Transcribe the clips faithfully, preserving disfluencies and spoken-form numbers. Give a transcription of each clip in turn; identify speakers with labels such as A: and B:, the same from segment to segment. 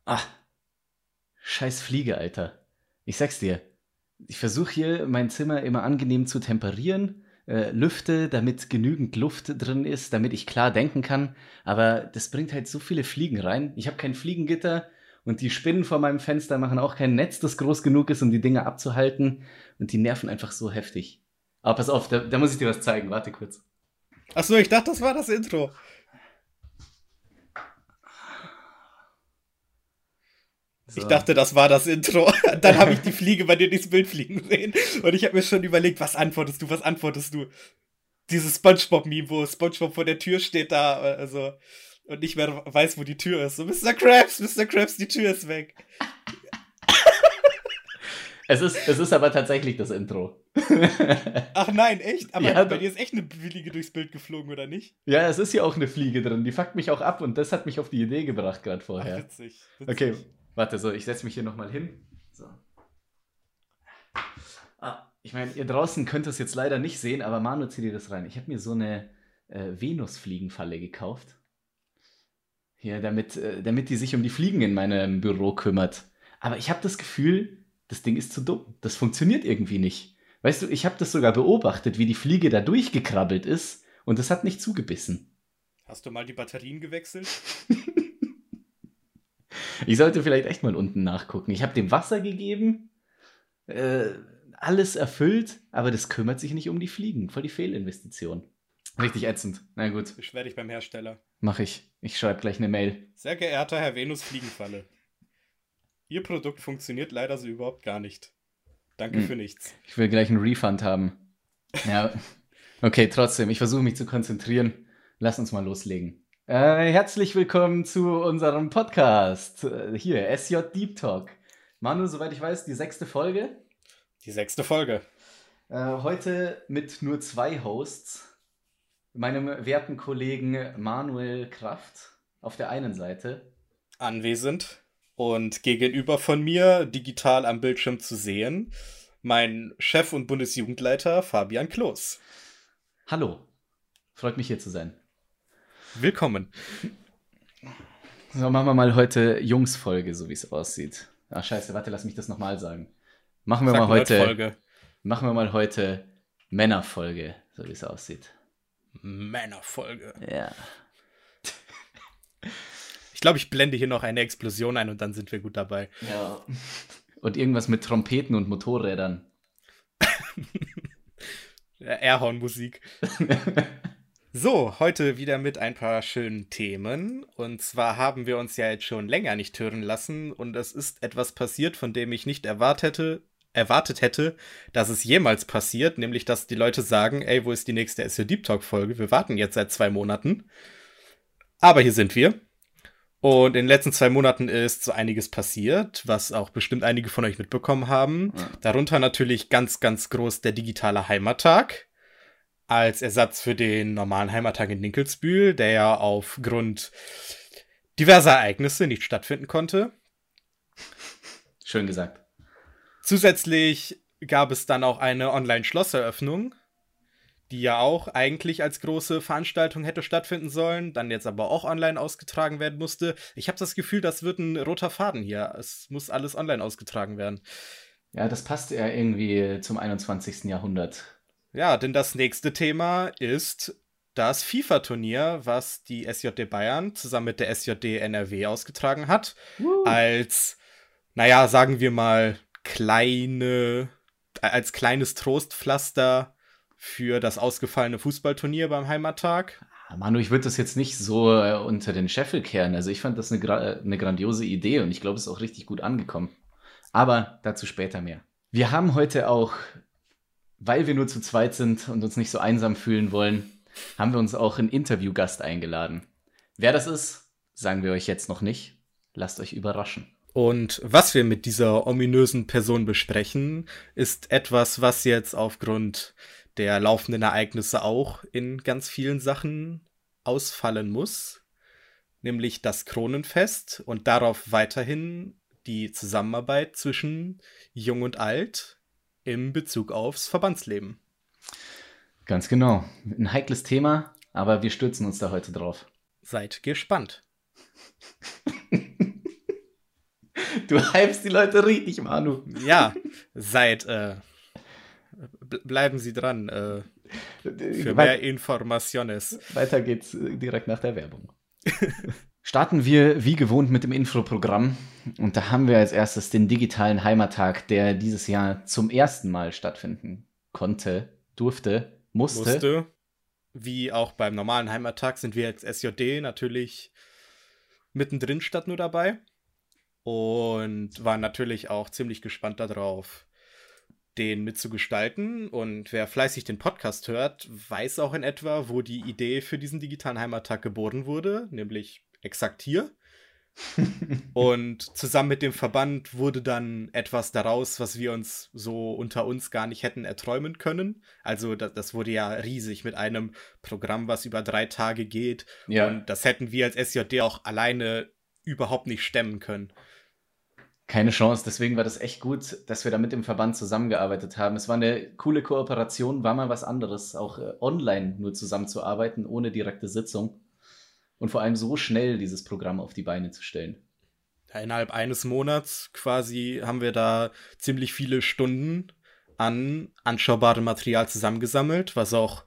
A: Ah, scheiß Fliege, Alter. Ich sag's dir. Ich versuche hier mein Zimmer immer angenehm zu temperieren, äh, lüfte, damit genügend Luft drin ist, damit ich klar denken kann. Aber das bringt halt so viele Fliegen rein. Ich habe kein Fliegengitter und die Spinnen vor meinem Fenster machen auch kein Netz, das groß genug ist, um die Dinger abzuhalten. Und die nerven einfach so heftig. Aber pass auf, da, da muss ich dir was zeigen. Warte kurz.
B: Achso, ich dachte, das war das Intro. Ich
A: So.
B: dachte, das war das Intro. Dann habe ich die Fliege bei dir durchs Bild fliegen sehen. Und ich habe mir schon überlegt, was antwortest du, was antwortest du? Dieses Spongebob-Meme, wo Spongebob vor der Tür steht da, also, und nicht mehr weiß, wo die Tür ist. So, Mister Krabs, Mister Krabs, die Tür ist weg.
A: Es ist, es ist aber tatsächlich das Intro.
B: Ach nein, echt? Aber
A: Ja,
B: bei
A: doch.
B: dir ist echt eine Fliege durchs Bild geflogen, oder nicht?
A: Ja, es ist hier auch eine Fliege drin. Die fuckt mich auch ab und das hat mich auf die Idee gebracht gerade
B: Ach,
A: vorher.
B: witzig,
A: Okay,
B: witzig.
A: warte, so, ich setze mich hier nochmal hin. So. Ah, ich meine, ihr draußen könnt es jetzt leider nicht sehen, aber Manu, zieh dir das rein. Ich habe mir so eine äh, Venusfliegenfalle gekauft. Hier, damit, äh, damit die sich um die Fliegen in meinem Büro kümmert. Aber ich habe das Gefühl, das Ding ist zu dumm. Das funktioniert irgendwie nicht. Weißt du, ich habe das sogar beobachtet, wie die Fliege da durchgekrabbelt ist und es hat nicht zugebissen.
B: Hast du mal die Batterien gewechselt?
A: Ich sollte vielleicht echt mal unten nachgucken. Ich habe dem Wasser gegeben, äh, alles erfüllt, aber das kümmert sich nicht um die Fliegen. Voll die Fehlinvestition. Richtig ätzend. Na gut,
B: Beschwer dich beim Hersteller.
A: mach ich. Ich schreibe gleich eine Mail.
B: Sehr geehrter Herr Venus Fliegenfalle. Ihr Produkt funktioniert leider so überhaupt gar nicht. Danke
A: Hm.
B: für nichts.
A: Ich will gleich einen Refund haben. Ja, okay, trotzdem. Ich versuche mich zu konzentrieren. Lass uns mal loslegen. Äh, herzlich willkommen zu unserem Podcast. Äh, Hier, S J Deep Talk. Manu, soweit ich weiß, die sechste Folge.
B: Die sechste Folge.
A: Äh, heute mit nur zwei Hosts. Meinem werten Kollegen Manuel Kraft auf der einen Seite.
B: Anwesend. Und gegenüber von mir, digital am Bildschirm zu sehen, mein Chef und Bundesjugendleiter Fabian Kloß.
A: Hallo, freut mich hier zu sein.
B: Willkommen.
A: So, machen wir mal heute Jungsfolge, so wie es aussieht. Ach scheiße, warte, lass mich das nochmal sagen. Machen wir
B: Sag
A: mal heute,
B: Nerdfolge.
A: machen wir mal heute Männerfolge, so wie es aussieht.
B: Männerfolge.
A: Ja.
B: Ich glaube, ich blende hier noch eine Explosion ein und dann sind wir gut dabei.
A: Ja. Und irgendwas mit Trompeten und Motorrädern.
B: Airhorn-Musik. So, heute wieder mit ein paar schönen Themen. Und zwar haben wir uns ja jetzt schon länger nicht hören lassen und es ist etwas passiert, von dem ich nicht erwartet hätte, erwartet hätte, dass es jemals passiert, nämlich dass die Leute sagen, ey, wo ist die nächste S J Deep Talk Folge? Wir warten jetzt seit zwei Monaten. Aber hier sind wir. Und in den letzten zwei Monaten ist so einiges passiert, was auch bestimmt einige von euch mitbekommen haben.
A: Ja.
B: Darunter natürlich ganz, ganz groß der digitale Heimattag. Als Ersatz für den normalen Heimattag in Dinkelsbühl, der ja aufgrund diverser Ereignisse nicht stattfinden konnte.
A: Schön gesagt.
B: Zusätzlich gab es dann auch eine Online-Schlosseröffnung, die ja auch eigentlich als große Veranstaltung hätte stattfinden sollen, dann jetzt aber auch online ausgetragen werden musste. Ich habe das Gefühl, das wird ein roter Faden hier. Es muss alles online ausgetragen werden.
A: Ja, das passt ja irgendwie zum einundzwanzigsten Jahrhundert.
B: Ja, denn das nächste Thema ist das FIFA-Turnier, was die S J D Bayern zusammen mit der S J D N R W ausgetragen hat.
A: Woo.
B: Als, naja, sagen wir mal, kleine, als kleines Trostpflaster für das ausgefallene Fußballturnier beim Heimattag.
A: Manu, ich würde das jetzt nicht so äh, unter den Scheffel kehren. Also ich fand das eine, gra- eine grandiose Idee und ich glaube, es ist auch richtig gut angekommen. Aber dazu später mehr. Wir haben heute auch, weil wir nur zu zweit sind und uns nicht so einsam fühlen wollen, haben wir uns auch einen Interviewgast eingeladen. Wer das ist, sagen wir euch jetzt noch nicht. Lasst euch überraschen.
B: Und was wir mit dieser ominösen Person besprechen, ist etwas, was jetzt aufgrund der laufenden Ereignisse auch in ganz vielen Sachen ausfallen muss. Nämlich das Kronenfest und darauf weiterhin die Zusammenarbeit zwischen Jung und Alt im Bezug aufs Verbandsleben.
A: Ganz genau. Ein heikles Thema, aber wir stürzen uns da heute drauf.
B: Seid gespannt.
A: Du hypst die Leute richtig, Manu.
B: Ja, seid, äh, bleiben Sie dran, äh, für mehr Informaciones.
A: Weiter geht's direkt nach der Werbung. Starten wir wie gewohnt mit dem Infoprogramm. Und da haben wir als erstes den digitalen Heimattag, der dieses Jahr zum ersten Mal stattfinden konnte, durfte, musste.
B: Musste. Wie auch beim normalen Heimattag sind wir als S J D natürlich mittendrin statt nur dabei. Und waren natürlich auch ziemlich gespannt darauf, den mitzugestalten. Und wer fleißig den Podcast hört, weiß auch in etwa, wo die Idee für diesen digitalen Heimattag geboren wurde, nämlich exakt hier. Und zusammen mit dem Verband wurde dann etwas daraus, was wir uns so unter uns gar nicht hätten erträumen können. Also das, das wurde ja riesig mit einem Programm, was über drei Tage geht. Ja. Und das hätten wir als S J D auch alleine überhaupt nicht stemmen können.
A: Keine Chance, deswegen war das echt gut, dass wir da mit dem Verband zusammengearbeitet haben. Es war eine coole Kooperation, war mal was anderes, auch äh, online nur zusammenzuarbeiten, ohne direkte Sitzung. Und vor allem so schnell dieses Programm auf die Beine zu stellen.
B: Ja, innerhalb eines Monats quasi haben wir da ziemlich viele Stunden an anschaubarem Material zusammengesammelt, was auch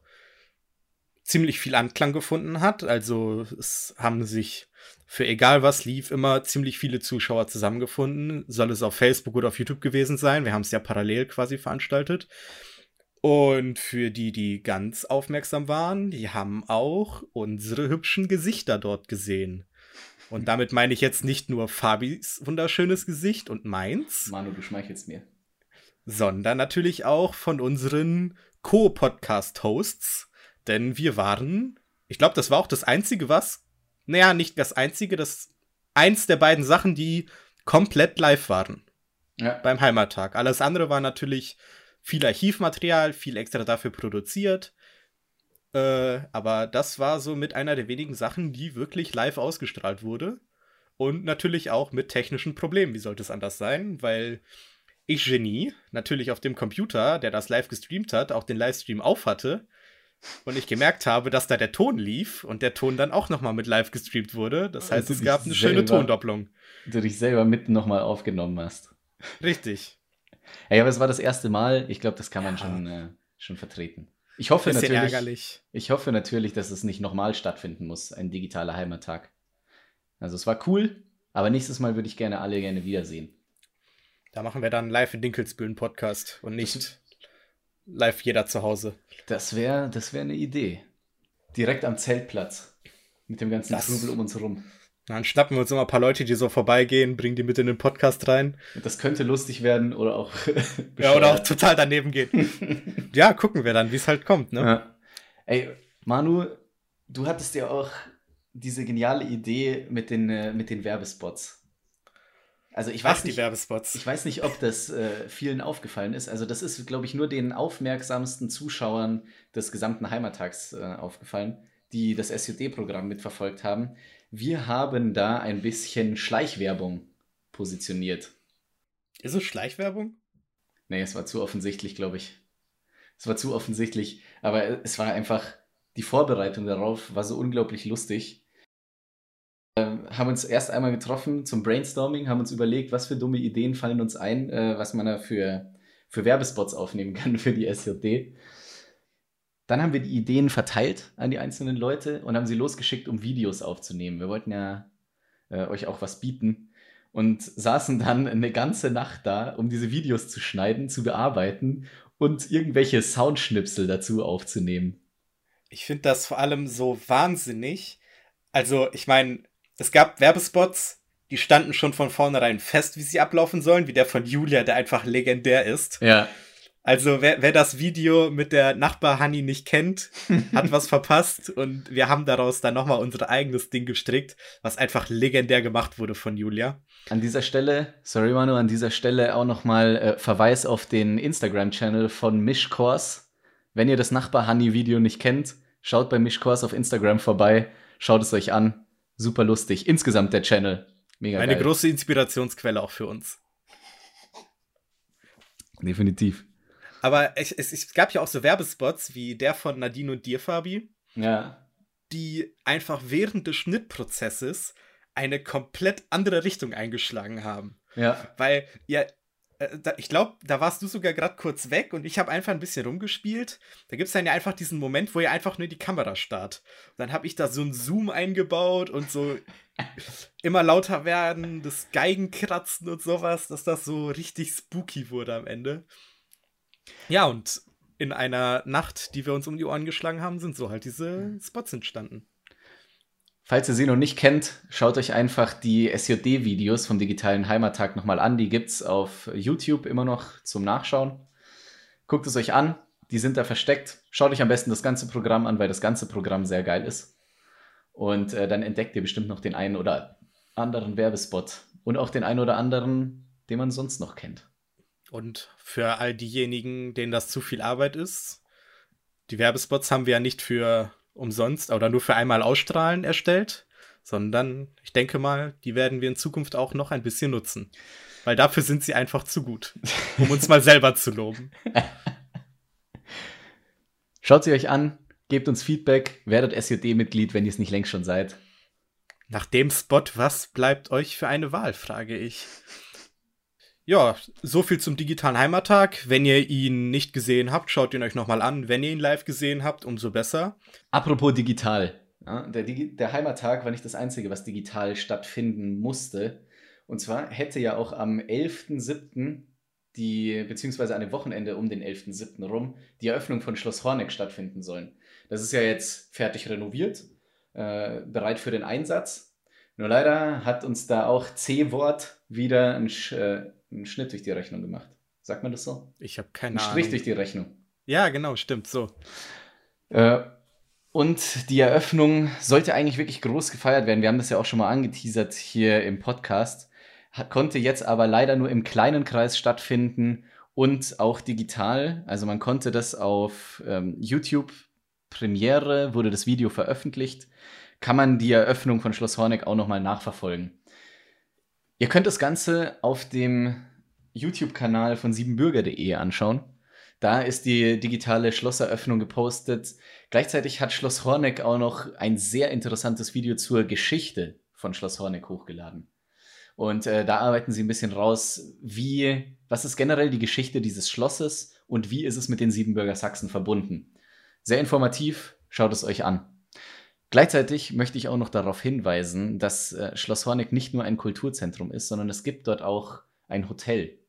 B: ziemlich viel Anklang gefunden hat. Also es haben sich für egal was lief immer ziemlich viele Zuschauer zusammengefunden. Soll es auf Facebook oder auf YouTube gewesen sein. Wir haben es ja parallel quasi veranstaltet. Und für die, die ganz aufmerksam waren, die haben auch unsere hübschen Gesichter dort gesehen. Und damit meine ich jetzt nicht nur Fabis wunderschönes Gesicht und meins.
A: Manu, du schmeichelst mir.
B: Sondern natürlich auch von unseren Co-Podcast-Hosts. Denn wir waren, ich glaube, das war auch das Einzige, was, naja, nicht das Einzige, das eins der beiden Sachen, die komplett live waren. Ja. Beim Heimattag. Alles andere war natürlich viel Archivmaterial, viel extra dafür produziert. Äh, aber das war so mit einer der wenigen Sachen, die wirklich live ausgestrahlt wurde. Und natürlich auch mit technischen Problemen. Wie sollte es anders sein? Weil ich Genie natürlich auf dem Computer, der das live gestreamt hat, auch den Livestream auf hatte. Und ich gemerkt habe, dass da der Ton lief und der Ton dann auch nochmal mit live gestreamt wurde. Das heißt, es gab eine schöne Tondopplung.
A: Du dich selber mitten nochmal aufgenommen hast.
B: Richtig.
A: Ja, aber es war das erste Mal. Ich glaube, das kann man ja. schon, äh, schon vertreten. Ich hoffe, natürlich,
B: ärgerlich.
A: ich hoffe natürlich, dass es nicht nochmal stattfinden muss, ein digitaler Heimattag. Also es war cool, aber nächstes Mal würde ich gerne alle gerne wiedersehen.
B: Da machen wir dann live in Dinkelsbühlen Podcast und nicht live jeder zu Hause.
A: Das wäre das wär eine Idee. Direkt am Zeltplatz. Mit dem ganzen Trubel um uns herum.
B: Dann schnappen wir uns immer ein paar Leute, die so vorbeigehen, bringen die mit in den Podcast rein.
A: Das könnte lustig werden oder auch
B: ja, oder auch total daneben gehen. Ja, gucken wir dann, wie es halt kommt, ne?
A: Ja. Ey, Manu, du hattest ja auch diese geniale Idee mit den, äh, mit den Werbespots. Also ich weiß
B: Ach,
A: nicht,
B: die Werbespots.
A: Ich weiß nicht, ob das äh, vielen aufgefallen ist. Also das ist, glaube ich, nur den aufmerksamsten Zuschauern des gesamten Heimattags äh, aufgefallen, die das S J D-Programm mitverfolgt haben. Wir haben da ein bisschen Schleichwerbung positioniert.
B: Ist es Schleichwerbung?
A: Nee, es war zu offensichtlich, glaube ich. Es war zu offensichtlich, aber es war einfach, die Vorbereitung darauf war so unglaublich lustig. Wir haben uns erst einmal getroffen zum Brainstorming, haben uns überlegt, was für dumme Ideen fallen uns ein, äh, was man da für, für Werbespots aufnehmen kann für die S J D. Dann haben wir die Ideen verteilt an die einzelnen Leute und haben sie losgeschickt, um Videos aufzunehmen. Wir wollten ja äh, euch auch was bieten und saßen dann eine ganze Nacht da, um diese Videos zu schneiden, zu bearbeiten und irgendwelche Soundschnipsel dazu aufzunehmen.
B: Ich finde das vor allem so wahnsinnig. Also, ich meine, es gab Werbespots, die standen schon von vornherein fest, wie sie ablaufen sollen, wie der von Julia, der einfach legendär ist.
A: Ja.
B: Also, wer, wer das Video mit der Nachbar-Hanni nicht kennt, hat was verpasst. Und wir haben daraus dann nochmal unser eigenes Ding gestrickt, was einfach legendär gemacht wurde von Julia.
A: An dieser Stelle, sorry Manu, an dieser Stelle auch nochmal äh, Verweis auf den Instagram-Channel von Mischkors. Wenn ihr das Nachbar-Hanni-Video nicht kennt, schaut bei Mischkors auf Instagram vorbei, schaut es euch an. Super lustig. Insgesamt der Channel. Mega
B: Eine
A: geil.
B: große Inspirationsquelle auch für uns.
A: Definitiv.
B: Aber es, es, es gab ja auch so Werbespots wie der von Nadine und dir, Fabi.
A: Ja.
B: Die einfach während des Schnittprozesses eine komplett andere Richtung eingeschlagen haben.
A: Ja.
B: Weil, ja, äh, da, ich glaube, da warst du sogar gerade kurz weg und ich habe einfach ein bisschen rumgespielt. Da gibt es dann ja einfach diesen Moment, wo ihr einfach nur die Kamera starrt. Dann habe ich da so einen Zoom eingebaut und so immer lauter werden, das Geigenkratzen und sowas, dass das so richtig spooky wurde am Ende. Ja, und in einer Nacht, die wir uns um die Ohren geschlagen haben, sind so halt diese Spots entstanden.
A: Falls ihr sie noch nicht kennt, schaut euch einfach die S J D-Videos vom Digitalen Heimattag nochmal an. Die gibt's auf YouTube immer noch zum Nachschauen. Guckt es euch an, die sind da versteckt. Schaut euch am besten das ganze Programm an, weil das ganze Programm sehr geil ist. Und äh, dann entdeckt ihr bestimmt noch den einen oder anderen Werbespot. Und auch den einen oder anderen, den man sonst noch kennt.
B: Und für all diejenigen, denen das zu viel Arbeit ist, die Werbespots haben wir ja nicht für umsonst oder nur für einmal ausstrahlen erstellt, sondern ich denke mal, die werden wir in Zukunft auch noch ein bisschen nutzen. Weil dafür sind sie einfach zu gut, um uns mal selber zu loben.
A: Schaut sie euch an, gebt uns Feedback, werdet S J D-Mitglied, wenn ihr es nicht längst schon seid.
B: Nach dem Spot, was bleibt euch für eine Wahl, frage ich. Ja, so viel zum digitalen Heimattag. Wenn ihr ihn nicht gesehen habt, schaut ihn euch nochmal an. Wenn ihr ihn live gesehen habt, umso besser.
A: Apropos digital. Ja, der, Digi- der Heimattag war nicht das Einzige, was digital stattfinden musste. Und zwar hätte ja auch am elften siebten die, beziehungsweise an dem Wochenende um den elften siebten rum, die Eröffnung von Schloss Horneck stattfinden sollen. Das ist ja jetzt fertig renoviert, äh, bereit für den Einsatz. Nur leider hat uns da auch C-Wort wieder ein, Sch äh, einen Schnitt durch die Rechnung gemacht. Sagt man das so?
B: Ich habe keine
A: Ein
B: Ahnung.
A: Strich durch die Rechnung.
B: Ja, genau, stimmt, so.
A: Äh, und die Eröffnung sollte eigentlich wirklich groß gefeiert werden. Wir haben das ja auch schon mal angeteasert hier im Podcast. Hat, konnte jetzt aber leider nur im kleinen Kreis stattfinden und auch digital. Also man konnte das auf ähm, YouTube Premiere, wurde das Video veröffentlicht. Kann man die Eröffnung von Schloss Horneck auch nochmal nachverfolgen. Ihr könnt das Ganze auf dem YouTube-Kanal von siebenbürger punkt de anschauen. Da ist die digitale Schlosseröffnung gepostet. Gleichzeitig hat Schloss Horneck auch noch ein sehr interessantes Video zur Geschichte von Schloss Horneck hochgeladen. Und äh, da arbeiten sie ein bisschen raus, wie, was ist generell die Geschichte dieses Schlosses und wie ist es mit den Siebenbürger Sachsen verbunden. Sehr informativ, schaut es euch an. Gleichzeitig möchte ich auch noch darauf hinweisen, dass äh, Schloss Horneck nicht nur ein Kulturzentrum ist, sondern es gibt dort auch ein Hotel,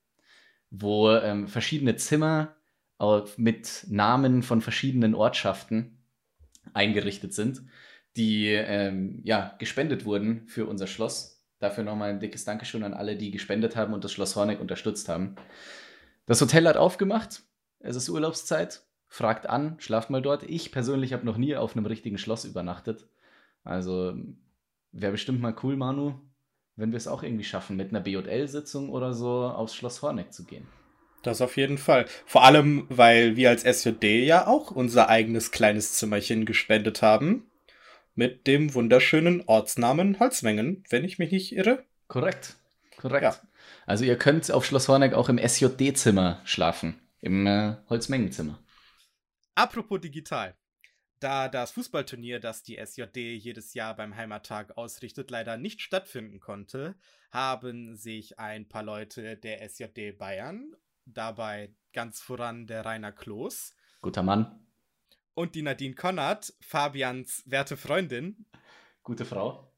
A: wo ähm, verschiedene Zimmer auf, mit Namen von verschiedenen Ortschaften eingerichtet sind, die ähm, ja, gespendet wurden für unser Schloss. Dafür nochmal ein dickes Dankeschön an alle, die gespendet haben und das Schloss Horneck unterstützt haben. Das Hotel hat aufgemacht, es ist Urlaubszeit. Fragt an, schlaft mal dort. Ich persönlich habe noch nie auf einem richtigen Schloss übernachtet. Also wäre bestimmt mal cool, Manu, wenn wir es auch irgendwie schaffen, mit einer B J L-Sitzung oder so aufs Schloss Horneck zu gehen.
B: Das auf jeden Fall. Vor allem, weil wir als S J D ja auch unser eigenes kleines Zimmerchen gespendet haben. Mit dem wunderschönen Ortsnamen Holzmengen, wenn ich mich nicht irre.
A: Korrekt, korrekt.
B: Ja.
A: Also ihr könnt auf Schloss Horneck auch im S J D-Zimmer schlafen, im äh, Holzmengenzimmer.
B: Apropos digital. Da das Fußballturnier, das die S J D jedes Jahr beim Heimattag ausrichtet, leider nicht stattfinden konnte, haben sich ein paar Leute der S J D Bayern, dabei ganz voran der Rainer Kloß,
A: Guter Mann.
B: und die Nadine Konrad, Fabians werte Freundin,
A: Gute Frau.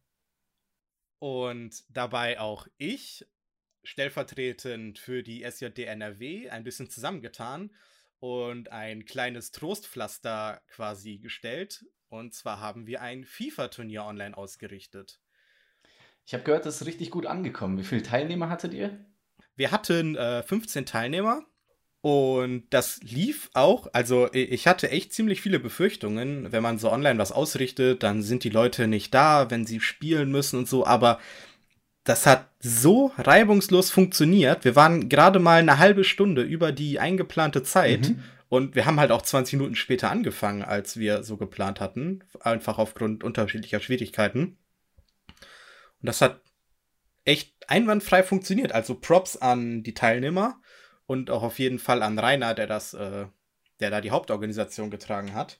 B: und dabei auch ich, stellvertretend für die S J D N R W, ein bisschen zusammengetan und ein kleines Trostpflaster quasi gestellt. Und zwar haben wir ein FIFA-Turnier online ausgerichtet.
A: Ich habe gehört, das ist richtig gut angekommen. Wie viele Teilnehmer hattet ihr?
B: Wir hatten äh, fünfzehn Teilnehmer und das lief auch. Also ich hatte echt ziemlich viele Befürchtungen. Wenn man so online was ausrichtet, dann sind die Leute nicht da, wenn sie spielen müssen und so. Aber das hat so reibungslos funktioniert. Wir waren gerade mal eine halbe Stunde über die eingeplante Zeit. Mhm. Und wir haben halt auch zwanzig Minuten später angefangen, als wir so geplant hatten. Einfach aufgrund unterschiedlicher Schwierigkeiten. Und das hat echt einwandfrei funktioniert. Also Props an die Teilnehmer und auch auf jeden Fall an Rainer, der das, äh, der da die Hauptorganisation getragen hat.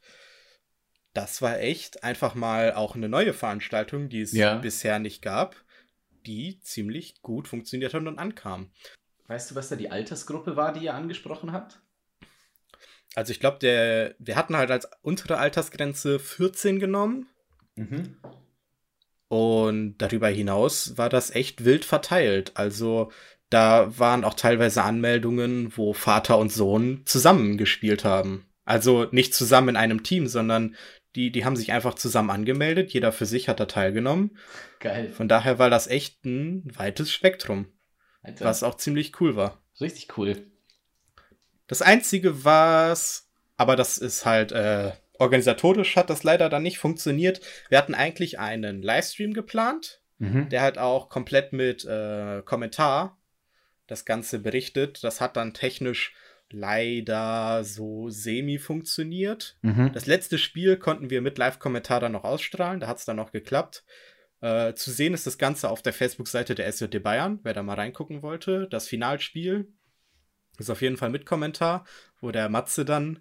B: Das war echt einfach mal auch eine neue Veranstaltung, die es ja bisher nicht gab. die ziemlich gut funktioniert hat und ankam.
A: Weißt du, was da die Altersgruppe war, die ihr angesprochen habt?
B: Also ich glaube, der, wir hatten halt als untere Altersgrenze vierzehn genommen.
A: Mhm.
B: Und darüber hinaus war das echt wild verteilt. Also da waren auch teilweise Anmeldungen, wo Vater und Sohn zusammen gespielt haben. Also nicht zusammen in einem Team, sondern die, die haben sich einfach zusammen angemeldet. Jeder für sich hat da teilgenommen.
A: Geil.
B: Von daher war das echt ein weites Spektrum.
A: Alter.
B: Was auch ziemlich cool war.
A: Richtig cool.
B: Das Einzige, was, aber das ist halt, äh, organisatorisch hat das leider dann nicht funktioniert. Wir hatten eigentlich einen Livestream geplant,
A: Mhm.
B: der halt auch komplett mit äh, Kommentar das Ganze berichtet. Das hat dann technisch leider so semi funktioniert.
A: Mhm.
B: Das letzte Spiel konnten wir mit Live-Kommentar dann noch ausstrahlen. Da hat es dann noch geklappt. Äh, zu sehen ist das Ganze auf der Facebook-Seite der S J D Bayern, wer da mal reingucken wollte. Das Finalspiel ist auf jeden Fall mit Kommentar, wo der Matze dann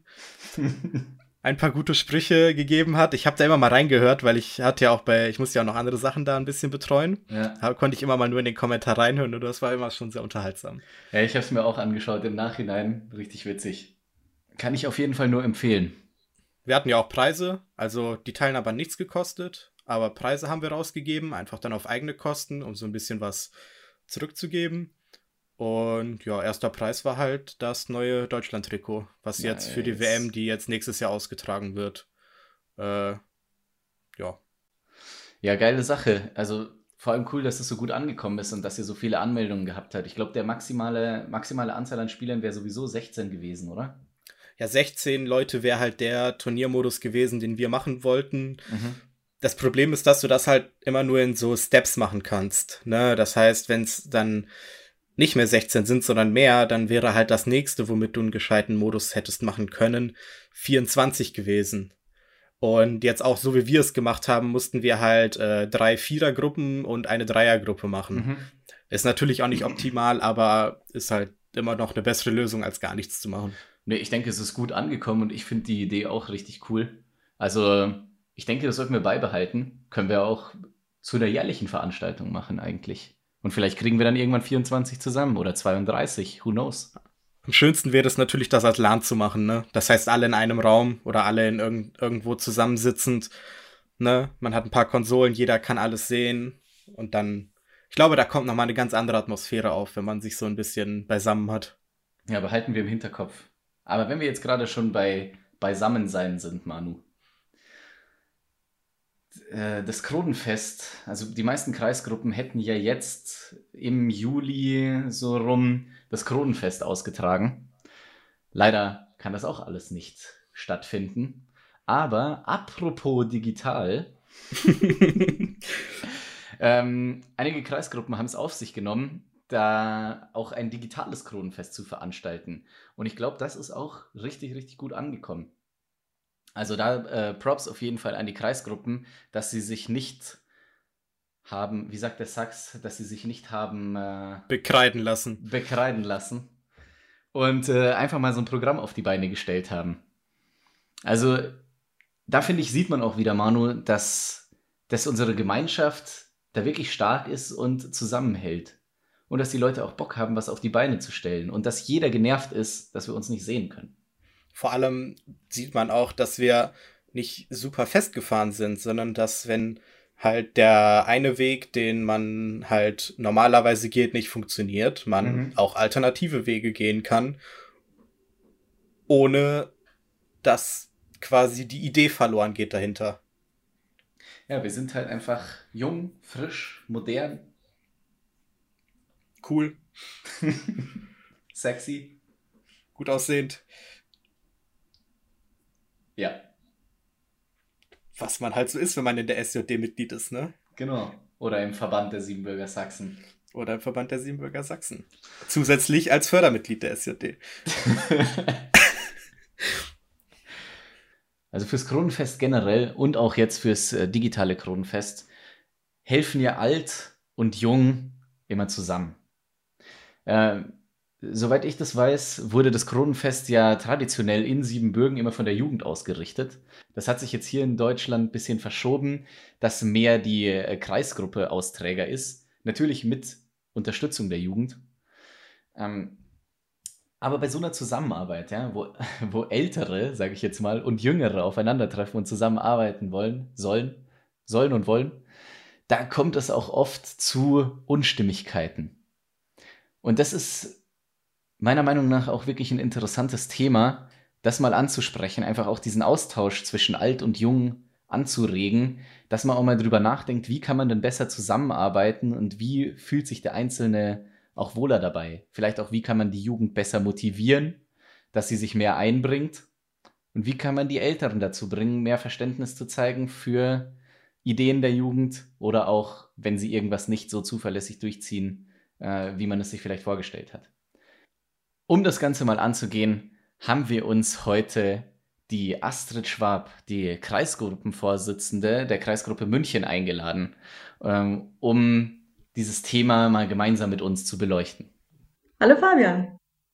B: ein paar gute Sprüche gegeben hat. Ich habe da immer mal reingehört, weil ich hatte ja auch bei, ich musste ja auch noch andere Sachen da ein bisschen betreuen.
A: Ja.
B: Da konnte ich immer mal nur in den Kommentar reinhören und das war immer schon sehr unterhaltsam.
A: Ja, ich habe es mir auch angeschaut im Nachhinein. Richtig witzig. Kann ich auf jeden Fall nur empfehlen.
B: Wir hatten ja auch Preise, also die Teilnahme hat nichts gekostet, aber Preise haben wir rausgegeben, einfach dann auf eigene Kosten, um so ein bisschen was zurückzugeben. Und ja, erster Preis war halt das neue Deutschland-Trikot, was jetzt für die
A: Nice.
B: W M, die jetzt nächstes Jahr ausgetragen wird, äh, ja.
A: Ja, geile Sache. Also vor allem cool, dass es so gut angekommen ist und dass ihr so viele Anmeldungen gehabt habt. Ich glaube, der maximale, maximale Anzahl an Spielern wäre sowieso sechzehn gewesen, oder?
B: Ja, sechzehn Leute wäre halt der Turniermodus gewesen, den wir machen wollten.
A: Mhm.
B: Das Problem ist, dass du das halt immer nur in so Steps machen kannst, ne? Das heißt, wenn es dann nicht mehr sechzehn sind, sondern mehr, dann wäre halt das nächste, womit du einen gescheiten Modus hättest machen können, vierundzwanzig gewesen. Und jetzt auch so, wie wir es gemacht haben, mussten wir halt äh, drei Vierergruppen und eine Dreiergruppe machen.
A: Mhm.
B: Ist natürlich auch nicht optimal, aber ist halt immer noch eine bessere Lösung, als gar nichts zu machen.
A: Nee, ich denke, es ist gut angekommen und ich finde die Idee auch richtig cool. Also, ich denke, das sollten wir beibehalten. Können wir auch zu einer jährlichen Veranstaltung machen eigentlich. Und vielleicht kriegen wir dann irgendwann vierundzwanzig zusammen oder zweiunddreißig, who knows.
B: Am schönsten wäre es natürlich, das als LAN zu machen, ne? Das heißt, alle in einem Raum oder alle in irgend irgendwo zusammensitzend, ne? Man hat ein paar Konsolen, jeder kann alles sehen und dann, ich glaube, da kommt nochmal eine ganz andere Atmosphäre auf, wenn man sich so ein bisschen beisammen hat.
A: Ja, behalten wir im Hinterkopf. Aber wenn wir jetzt gerade schon bei Beisammensein sind, Manu. Äh, Das Kronenfest, also die meisten Kreisgruppen hätten ja jetzt im Juli so rum das Kronenfest ausgetragen. Leider kann das auch alles nicht stattfinden. Aber apropos digital, ähm, einige Kreisgruppen haben es auf sich genommen, da auch ein digitales Kronenfest zu veranstalten. Und ich glaube, das ist auch richtig, richtig gut angekommen. Also da äh, Props auf jeden Fall an die Kreisgruppen, dass sie sich nicht haben, wie sagt der Sachs, dass sie sich nicht haben äh,
B: Bekreiden lassen.
A: bekreiden lassen und äh, einfach mal so ein Programm auf die Beine gestellt haben. Also da finde ich, sieht man auch wieder, Manu, dass, dass unsere Gemeinschaft da wirklich stark ist und zusammenhält. Und dass die Leute auch Bock haben, was auf die Beine zu stellen. Und dass jeder genervt ist, dass wir uns nicht sehen können.
B: Vor allem sieht man auch, dass wir nicht super festgefahren sind, sondern dass, wenn halt der eine Weg, den man halt normalerweise geht, nicht funktioniert, man
A: Mhm.
B: auch alternative Wege gehen kann, ohne dass quasi die Idee verloren geht dahinter.
A: Ja, wir sind halt einfach jung, frisch, modern,
B: Cool,
A: sexy.
B: gut aussehend,
A: Ja,
B: was man halt so ist, wenn man in der S J D Mitglied ist, ne?
A: genau. Oder im Verband der Siebenbürger Sachsen.
B: Oder im Verband der Siebenbürger Sachsen. Zusätzlich als Fördermitglied der S J D.
A: Also fürs Kronenfest generell und auch jetzt fürs äh, digitale Kronenfest helfen ja alt und jung immer zusammen. Äh, soweit ich das weiß, wurde das Kronenfest ja traditionell in Siebenbürgen immer von der Jugend ausgerichtet. Das hat sich jetzt hier in Deutschland ein bisschen verschoben, dass mehr die äh, Kreisgruppe Austräger ist. Natürlich mit Unterstützung der Jugend. Ähm, aber bei so einer Zusammenarbeit, ja, wo, wo Ältere, sage ich jetzt mal, und Jüngere aufeinandertreffen und zusammenarbeiten wollen, sollen, sollen und wollen, da kommt es auch oft zu Unstimmigkeiten. Und das ist meiner Meinung nach auch wirklich ein interessantes Thema, das mal anzusprechen, einfach auch diesen Austausch zwischen alt und jung anzuregen, dass man auch mal drüber nachdenkt, wie kann man denn besser zusammenarbeiten und wie fühlt sich der Einzelne auch wohler dabei. Vielleicht auch, wie kann man die Jugend besser motivieren, dass sie sich mehr einbringt und wie kann man die Älteren dazu bringen, mehr Verständnis zu zeigen für Ideen der Jugend oder auch, wenn sie irgendwas nicht so zuverlässig durchziehen, äh, wie man es sich vielleicht vorgestellt hat. Um das Ganze mal anzugehen, haben wir uns heute die Astrid Schwab, die Kreisgruppenvorsitzende der Kreisgruppe München, eingeladen, ähm, um dieses Thema mal gemeinsam mit uns zu beleuchten.
C: Hallo Fabian.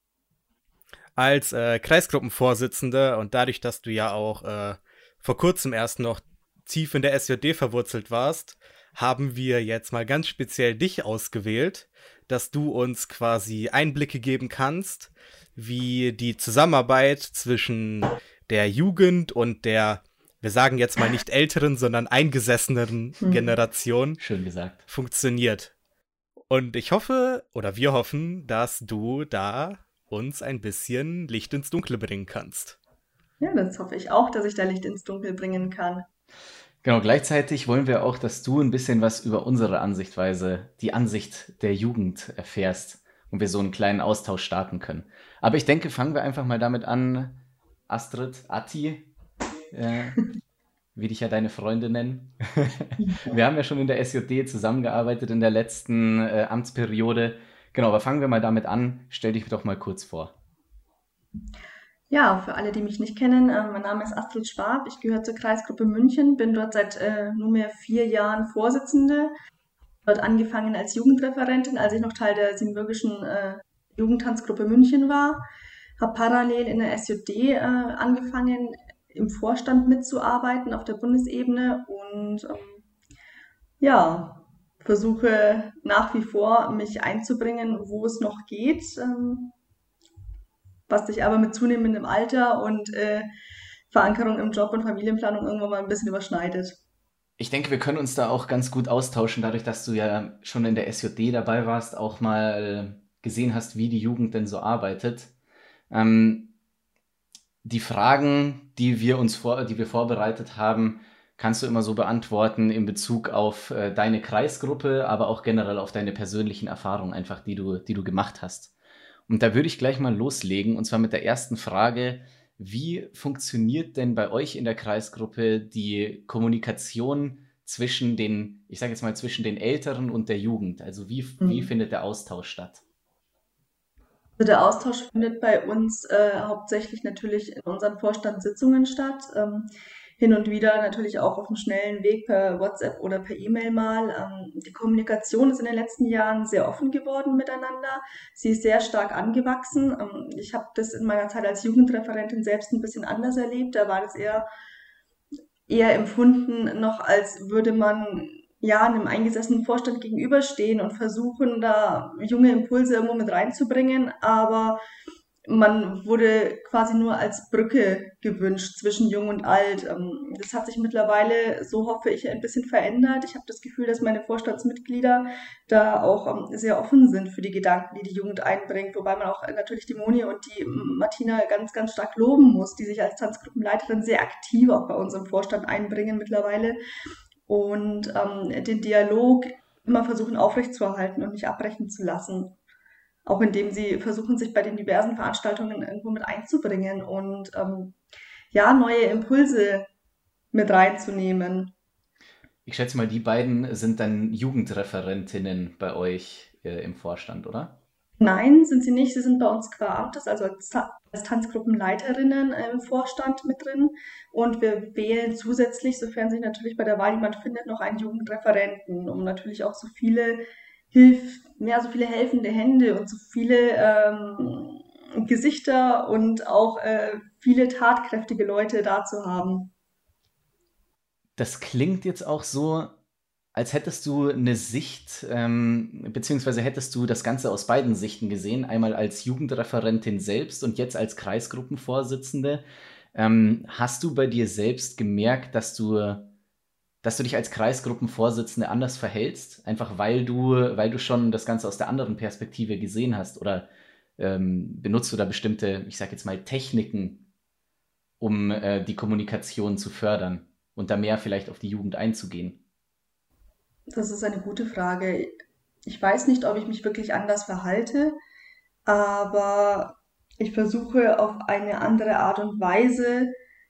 B: Als äh, Kreisgruppenvorsitzende und dadurch, dass du ja auch äh, vor kurzem erst noch tief in der S J D verwurzelt warst, haben wir jetzt mal ganz speziell dich ausgewählt, dass du uns quasi Einblicke geben kannst, wie die Zusammenarbeit zwischen der Jugend und der, wir sagen jetzt mal nicht älteren, sondern eingesesseneren hm. Generation
A: Schön gesagt.
B: funktioniert. Und ich hoffe, oder wir hoffen, dass du da uns ein bisschen Licht ins Dunkle bringen kannst.
C: Ja, das hoffe ich auch, dass ich da Licht ins Dunkel bringen kann.
A: Genau, gleichzeitig wollen wir auch, dass du ein bisschen was über unsere Ansichtweise, die Ansicht der Jugend erfährst und wir so einen kleinen Austausch starten können. Aber ich denke, fangen wir einfach mal damit an, Astrid, Atti, äh, wie dich ja deine Freunde nennen. Wir haben ja schon in der S J D zusammengearbeitet in der letzten äh, Amtsperiode. Genau, aber fangen wir mal damit an. Stell dich doch mal kurz vor.
C: Ja, für alle, die mich nicht kennen, äh, mein Name ist Astrid Schwab, ich gehöre zur Kreisgruppe München, bin dort seit äh, nunmehr vier Jahren Vorsitzende, dort angefangen als Jugendreferentin, als ich noch Teil der siebenbürgischen äh, Jugendtanzgruppe München war, habe parallel in der S J D äh, angefangen, im Vorstand mitzuarbeiten auf der Bundesebene und ähm, ja, versuche nach wie vor, mich einzubringen, wo es noch geht, ähm, was sich aber mit zunehmendem Alter und äh, Verankerung im Job und Familienplanung irgendwann mal ein bisschen überschneidet.
A: Ich denke, wir können uns da auch ganz gut austauschen, dadurch, dass du ja schon in der S J D dabei warst, auch mal gesehen hast, wie die Jugend denn so arbeitet. Ähm, die Fragen, die wir uns vor, die wir vorbereitet haben, kannst du immer so beantworten in Bezug auf äh, deine Kreisgruppe, aber auch generell auf deine persönlichen Erfahrungen einfach, die du, die du gemacht hast. Und da würde ich gleich mal loslegen, und zwar mit der ersten Frage: Wie funktioniert denn bei euch in der Kreisgruppe die Kommunikation zwischen den, ich sage jetzt mal, zwischen den Älteren und der Jugend? Also wie, mhm. wie findet der Austausch statt?
C: Also der Austausch findet bei uns äh, hauptsächlich natürlich in unseren Vorstandssitzungen statt. Ähm, hin und wieder natürlich auch auf einem schnellen Weg per WhatsApp oder per E-Mail mal. Ähm, die Kommunikation ist in den letzten Jahren sehr offen geworden miteinander. Sie ist sehr stark angewachsen. Ähm, ich habe das in meiner Zeit als Jugendreferentin selbst ein bisschen anders erlebt. Da war das eher, eher empfunden noch, als würde man ja einem eingesessenen Vorstand gegenüberstehen und versuchen, da junge Impulse irgendwo mit reinzubringen, aber man wurde quasi nur als Brücke gewünscht zwischen Jung und Alt. Das hat sich mittlerweile, so hoffe ich, ein bisschen verändert. Ich habe das Gefühl, dass meine Vorstandsmitglieder da auch sehr offen sind für die Gedanken, die die Jugend einbringt, wobei man auch natürlich die Moni und die Martina ganz, ganz stark loben muss, die sich als Tanzgruppenleiterin sehr aktiv auch bei uns im Vorstand einbringen mittlerweile und ähm, den Dialog immer versuchen aufrechtzuerhalten und nicht abbrechen zu lassen. Auch indem sie versuchen, sich bei den diversen Veranstaltungen irgendwo mit einzubringen und ähm, ja, neue Impulse mit reinzunehmen.
A: Ich schätze mal, die beiden sind dann Jugendreferentinnen bei euch äh, im Vorstand, oder?
C: Nein, sind sie nicht. Sie sind bei uns qua Amtes, also als, als Tanzgruppenleiterinnen im Vorstand mit drin. Und wir wählen zusätzlich, sofern sich natürlich bei der Wahl jemand findet, noch einen Jugendreferenten, um natürlich auch so viele Hilf, mehr so viele helfende Hände und so viele ähm, Gesichter und auch äh, viele tatkräftige Leute da zu haben.
A: Das klingt jetzt auch so, als hättest du eine Sicht, ähm, beziehungsweise hättest du das Ganze aus beiden Sichten gesehen, einmal als Jugendreferentin selbst und jetzt als Kreisgruppenvorsitzende. Ähm, hast du bei dir selbst gemerkt, dass du, dass du dich als Kreisgruppenvorsitzende anders verhältst? Einfach weil du, weil du schon das Ganze aus der anderen Perspektive gesehen hast? Oder ähm, benutzt du da bestimmte, ich sag jetzt mal, Techniken, um äh, die Kommunikation zu fördern und da mehr vielleicht auf die Jugend einzugehen?
C: Das ist eine gute Frage. Ich weiß nicht, ob ich mich wirklich anders verhalte, aber ich versuche auf eine andere Art und Weise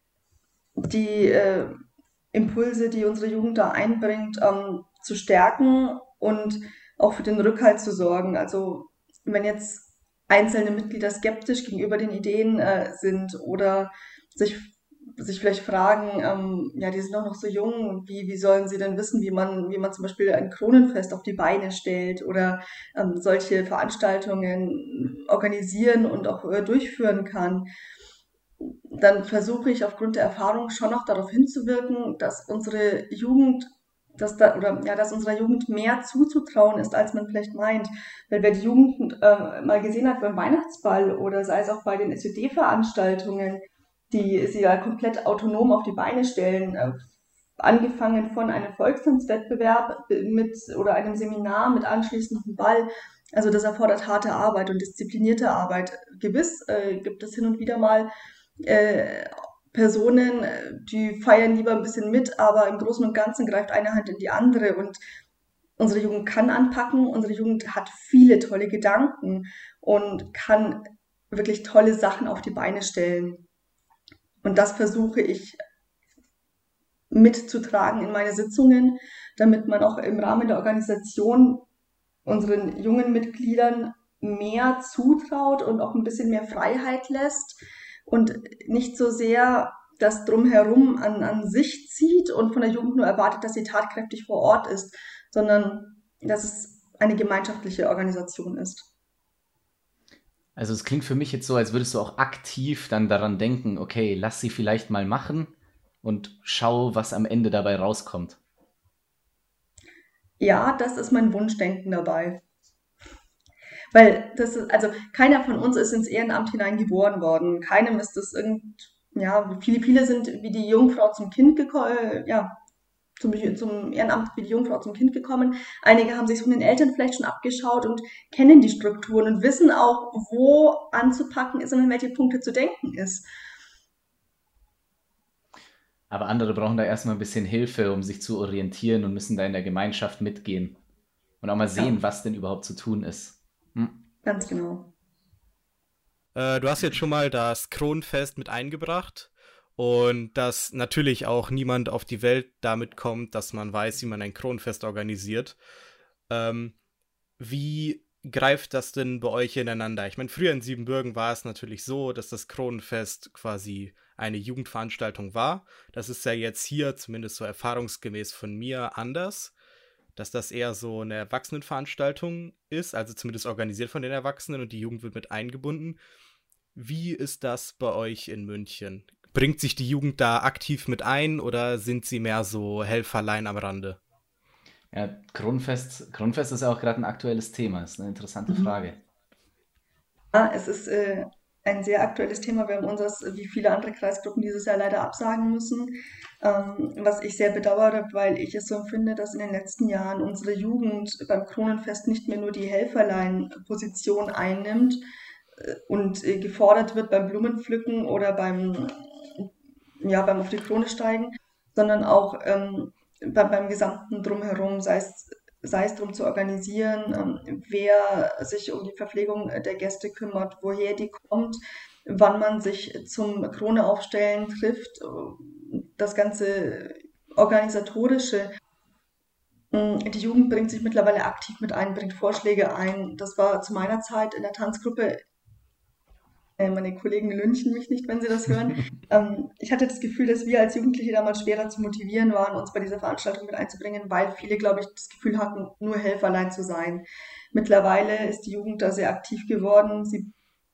C: die äh, Impulse, die unsere Jugend da einbringt, ähm, zu stärken und auch für den Rückhalt zu sorgen. Also wenn jetzt einzelne Mitglieder skeptisch gegenüber den Ideen äh, sind oder sich, sich vielleicht fragen, ähm, ja, die sind doch noch so jung, wie, wie sollen sie denn wissen, wie man, wie man zum Beispiel ein Kronenfest auf die Beine stellt oder ähm, solche Veranstaltungen organisieren und auch äh, durchführen kann, dann versuche ich aufgrund der Erfahrung schon noch darauf hinzuwirken, dass unsere Jugend, dass da, oder ja, dass unserer Jugend mehr zuzutrauen ist, als man vielleicht meint. Weil wer die Jugend äh, mal gesehen hat beim Weihnachtsball oder sei es auch bei den S Ö D-Veranstaltungen, die sie ja komplett autonom auf die Beine stellen, äh, angefangen von einem Volkstanzwettbewerb mit oder einem Seminar mit anschließendem Ball. Also das erfordert harte Arbeit und disziplinierte Arbeit. Gewiss äh, gibt es hin und wieder mal äh, Personen, die feiern lieber ein bisschen mit, aber im Großen und Ganzen greift eine Hand in die andere und unsere Jugend kann anpacken, unsere Jugend hat viele tolle Gedanken und kann wirklich tolle Sachen auf die Beine stellen. Und das versuche ich mitzutragen in meine Sitzungen, damit man auch im Rahmen der Organisation unseren jungen Mitgliedern mehr zutraut und auch ein bisschen mehr Freiheit lässt und nicht so sehr das Drumherum an, an sich zieht und von der Jugend nur erwartet, dass sie tatkräftig vor Ort ist, sondern dass es eine gemeinschaftliche Organisation ist.
A: Also es klingt für mich jetzt so, als würdest du auch aktiv dann daran denken, okay, lass sie vielleicht mal machen und schau, was am Ende dabei rauskommt.
C: Ja, das ist mein Wunschdenken dabei. Weil das ist, also keiner von uns ist ins Ehrenamt hineingeboren worden. Keinem ist das irgend, ja, viele, viele sind wie die Jungfrau zum Kind gekommen, ja, zum, zum Ehrenamt wie die Jungfrau zum Kind gekommen. Einige haben sich von den Eltern vielleicht schon abgeschaut und kennen die Strukturen und wissen auch, wo anzupacken ist und an welche Punkte zu denken ist.
A: Aber andere brauchen da erstmal ein bisschen Hilfe, um sich zu orientieren und müssen da in der Gemeinschaft mitgehen und auch mal sehen,
C: Ja,
A: was denn überhaupt zu tun ist. Hm.
C: ganz genau.
B: Äh, du hast jetzt schon mal das Kronenfest mit eingebracht und dass natürlich auch niemand auf die Welt damit kommt, dass man weiß, wie man ein Kronenfest organisiert. Ähm, wie greift das denn bei euch ineinander? Ich meine, früher in Siebenbürgen war es natürlich so, dass das Kronenfest quasi eine Jugendveranstaltung war. Das ist ja jetzt hier, zumindest so erfahrungsgemäß von mir, anders, dass das eher so eine Erwachsenenveranstaltung ist, also zumindest organisiert von den Erwachsenen und die Jugend wird mit eingebunden. Wie ist das bei euch in München? Bringt sich die Jugend da aktiv mit ein oder sind sie mehr so Helferlein am Rande?
A: Ja, Kronfest, Kronfest ist ja auch gerade ein aktuelles Thema. Ist eine interessante
C: Mhm.
A: Frage.
C: Ja, es ist äh, ein sehr aktuelles Thema. Wir haben unseres, wie viele andere Kreisgruppen, dieses Jahr leider absagen müssen, ähm, was ich sehr bedauere, weil ich es so empfinde, dass in den letzten Jahren unsere Jugend beim Kronenfest nicht mehr nur die Helferlein-Position einnimmt äh, und äh, gefordert wird beim Blumenpflücken oder beim, ja, beim auf die Krone steigen, sondern auch ähm, bei, beim gesamten Drumherum, sei es sei es darum zu organisieren, ähm, wer sich um die Verpflegung der Gäste kümmert, woher die kommt, wann man sich zum Krone aufstellen trifft, äh, das ganze organisatorische. Mm, Die Jugend bringt sich mittlerweile aktiv mit ein, bringt Vorschläge ein. Das war zu meiner Zeit in der Tanzgruppe, äh, meine Kollegen lynchen mich nicht, wenn sie das hören. Ähm, ich hatte das Gefühl, dass wir als Jugendliche damals schwerer zu motivieren waren, uns bei dieser Veranstaltung mit einzubringen, weil viele, glaube ich, das Gefühl hatten, nur Helferlein zu sein. Mittlerweile ist die Jugend da sehr aktiv geworden. Sie,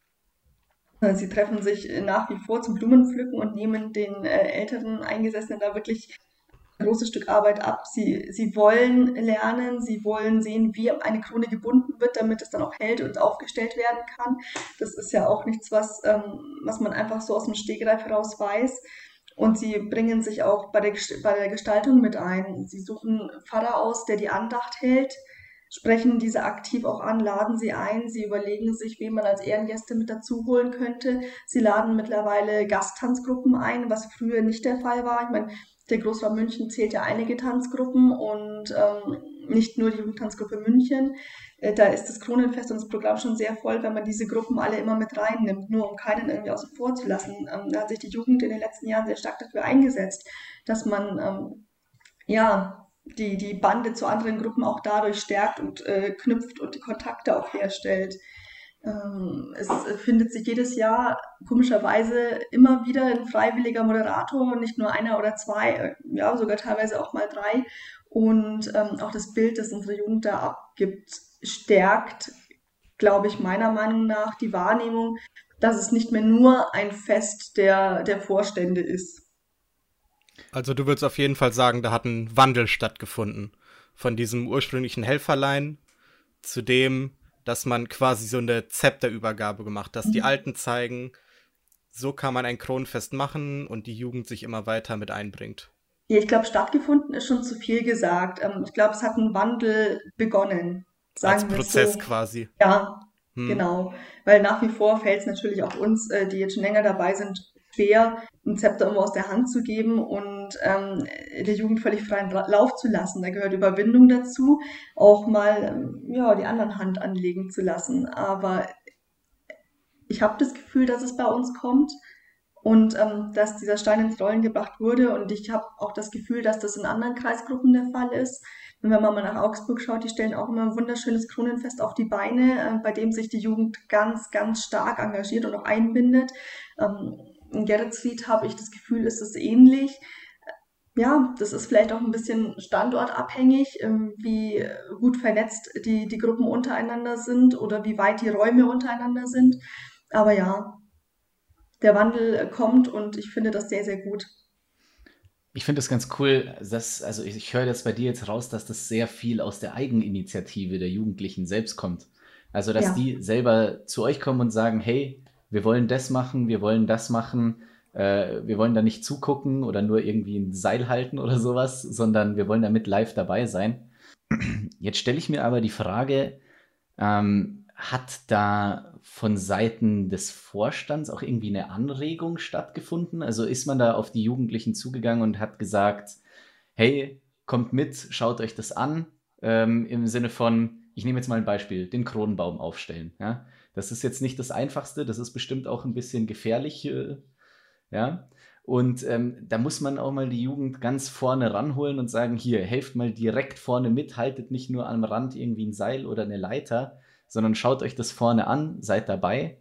C: äh, sie treffen sich äh, nach wie vor zum Blumenpflücken und nehmen den äh, älteren Eingesessenen da wirklich großes Stück Arbeit ab. Sie, sie wollen lernen, sie wollen sehen, wie eine Krone gebunden wird, damit es dann auch hält und aufgestellt werden kann. Das ist ja auch nichts, was, ähm, was man einfach so aus dem Stegreif heraus weiß. Und sie bringen sich auch bei der, bei der Gestaltung mit ein. Sie suchen einen Pfarrer aus, der die Andacht hält, sprechen diese aktiv auch an, laden sie ein, sie überlegen sich, wen man als Ehrengäste mit dazu holen könnte. Sie laden mittlerweile Gasttanzgruppen ein, was früher nicht der Fall war. Ich meine, der Großraum München zählt ja einige Tanzgruppen und ähm, nicht nur die Jugendtanzgruppe München. Äh, da ist das Kronenfest und das Programm schon sehr voll, wenn man diese Gruppen alle immer mit reinnimmt, nur um keinen irgendwie außen vor zu lassen. Ähm, da hat sich die Jugend in den letzten Jahren sehr stark dafür eingesetzt, dass man ähm, ja die, die Bande zu anderen Gruppen auch dadurch stärkt und äh, knüpft und die Kontakte auch herstellt. Ähm, es findet sich jedes Jahr komischerweise immer wieder ein freiwilliger Moderator, nicht nur einer oder zwei, ja, sogar teilweise auch mal drei. Und ähm, auch das Bild, das unsere Jugend da abgibt, stärkt, glaube ich, meiner Meinung nach die Wahrnehmung, dass es nicht mehr nur ein Fest der, der Vorstände ist.
B: Also du würdest auf jeden Fall sagen, da hat ein Wandel stattgefunden. Von diesem ursprünglichen Helferlein zu dem, dass man quasi so eine Zepterübergabe gemacht, dass die Alten zeigen, so kann man ein Kronenfest machen und die Jugend sich immer weiter mit einbringt.
C: Ja, ich glaube, stattgefunden ist schon zu viel gesagt. Ähm, ich glaube, es hat ein Wandel begonnen. Sagen
B: Als
C: wir es
B: Prozess
C: so.
B: quasi.
C: Ja,
B: Hm.
C: genau. Weil nach wie vor fällt es natürlich auch uns, äh, die jetzt schon länger dabei sind, schwer, ein Zepter immer aus der Hand zu geben und ähm, der Jugend völlig freien Ra- Lauf zu lassen. Da gehört Überwindung dazu, auch mal ähm, ja, die anderen Hand anlegen zu lassen. Aber ich habe das Gefühl, dass es bei uns kommt und ähm, dass dieser Stein ins Rollen gebracht wurde. Und ich habe auch das Gefühl, dass das in anderen Kreisgruppen der Fall ist. Und wenn man mal nach Augsburg schaut, die stellen auch immer ein wunderschönes Kronenfest auf die Beine, äh, bei dem sich die Jugend ganz, ganz stark engagiert und auch einbindet. Ähm, in Geretsried habe ich das Gefühl, ist es ähnlich. Ja, das ist vielleicht auch ein bisschen standortabhängig, ähm, wie gut vernetzt die, die Gruppen untereinander sind oder wie weit die Räume untereinander sind. Aber ja, der Wandel äh, kommt und ich finde das sehr, sehr gut.
A: Ich finde das ganz cool, dass, also ich, ich höre das bei dir jetzt raus, dass das sehr viel aus der Eigeninitiative der Jugendlichen selbst kommt. Also, dass
C: Ja.
A: die selber zu euch kommen und sagen, hey, wir wollen das machen, wir wollen das machen, äh, wir wollen da nicht zugucken oder nur irgendwie ein Seil halten oder sowas, sondern wir wollen damit live dabei sein. Jetzt stelle ich mir aber die Frage, ähm, hat da von Seiten des Vorstands auch irgendwie eine Anregung stattgefunden? Also ist man da auf die Jugendlichen zugegangen und hat gesagt, hey, kommt mit, schaut euch das an, ähm, im Sinne von, ich nehme jetzt mal ein Beispiel, den Kronenbaum aufstellen. Ja? Das ist jetzt nicht das Einfachste, das ist bestimmt auch ein bisschen gefährlich, äh, ja. Und ähm, da muss man auch mal die Jugend ganz vorne ranholen und sagen, hier, helft mal direkt vorne mit, haltet nicht nur am Rand irgendwie ein Seil oder eine Leiter, sondern schaut euch das vorne an, seid dabei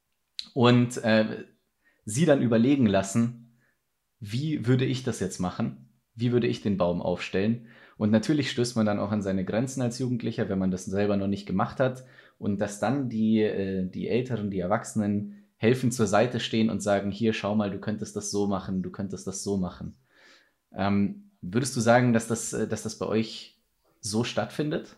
A: und äh, sie dann überlegen lassen, wie würde ich das jetzt machen? Wie würde ich den Baum aufstellen? Und natürlich stößt man dann auch an seine Grenzen als Jugendlicher, wenn man das selber noch nicht gemacht hat. Und dass dann die, äh, die Älteren, die Erwachsenen helfen zur Seite stehen und sagen, hier, schau mal, du könntest das so machen, du könntest das so machen. Ähm, würdest du sagen, dass das, äh, dass das bei euch so stattfindet?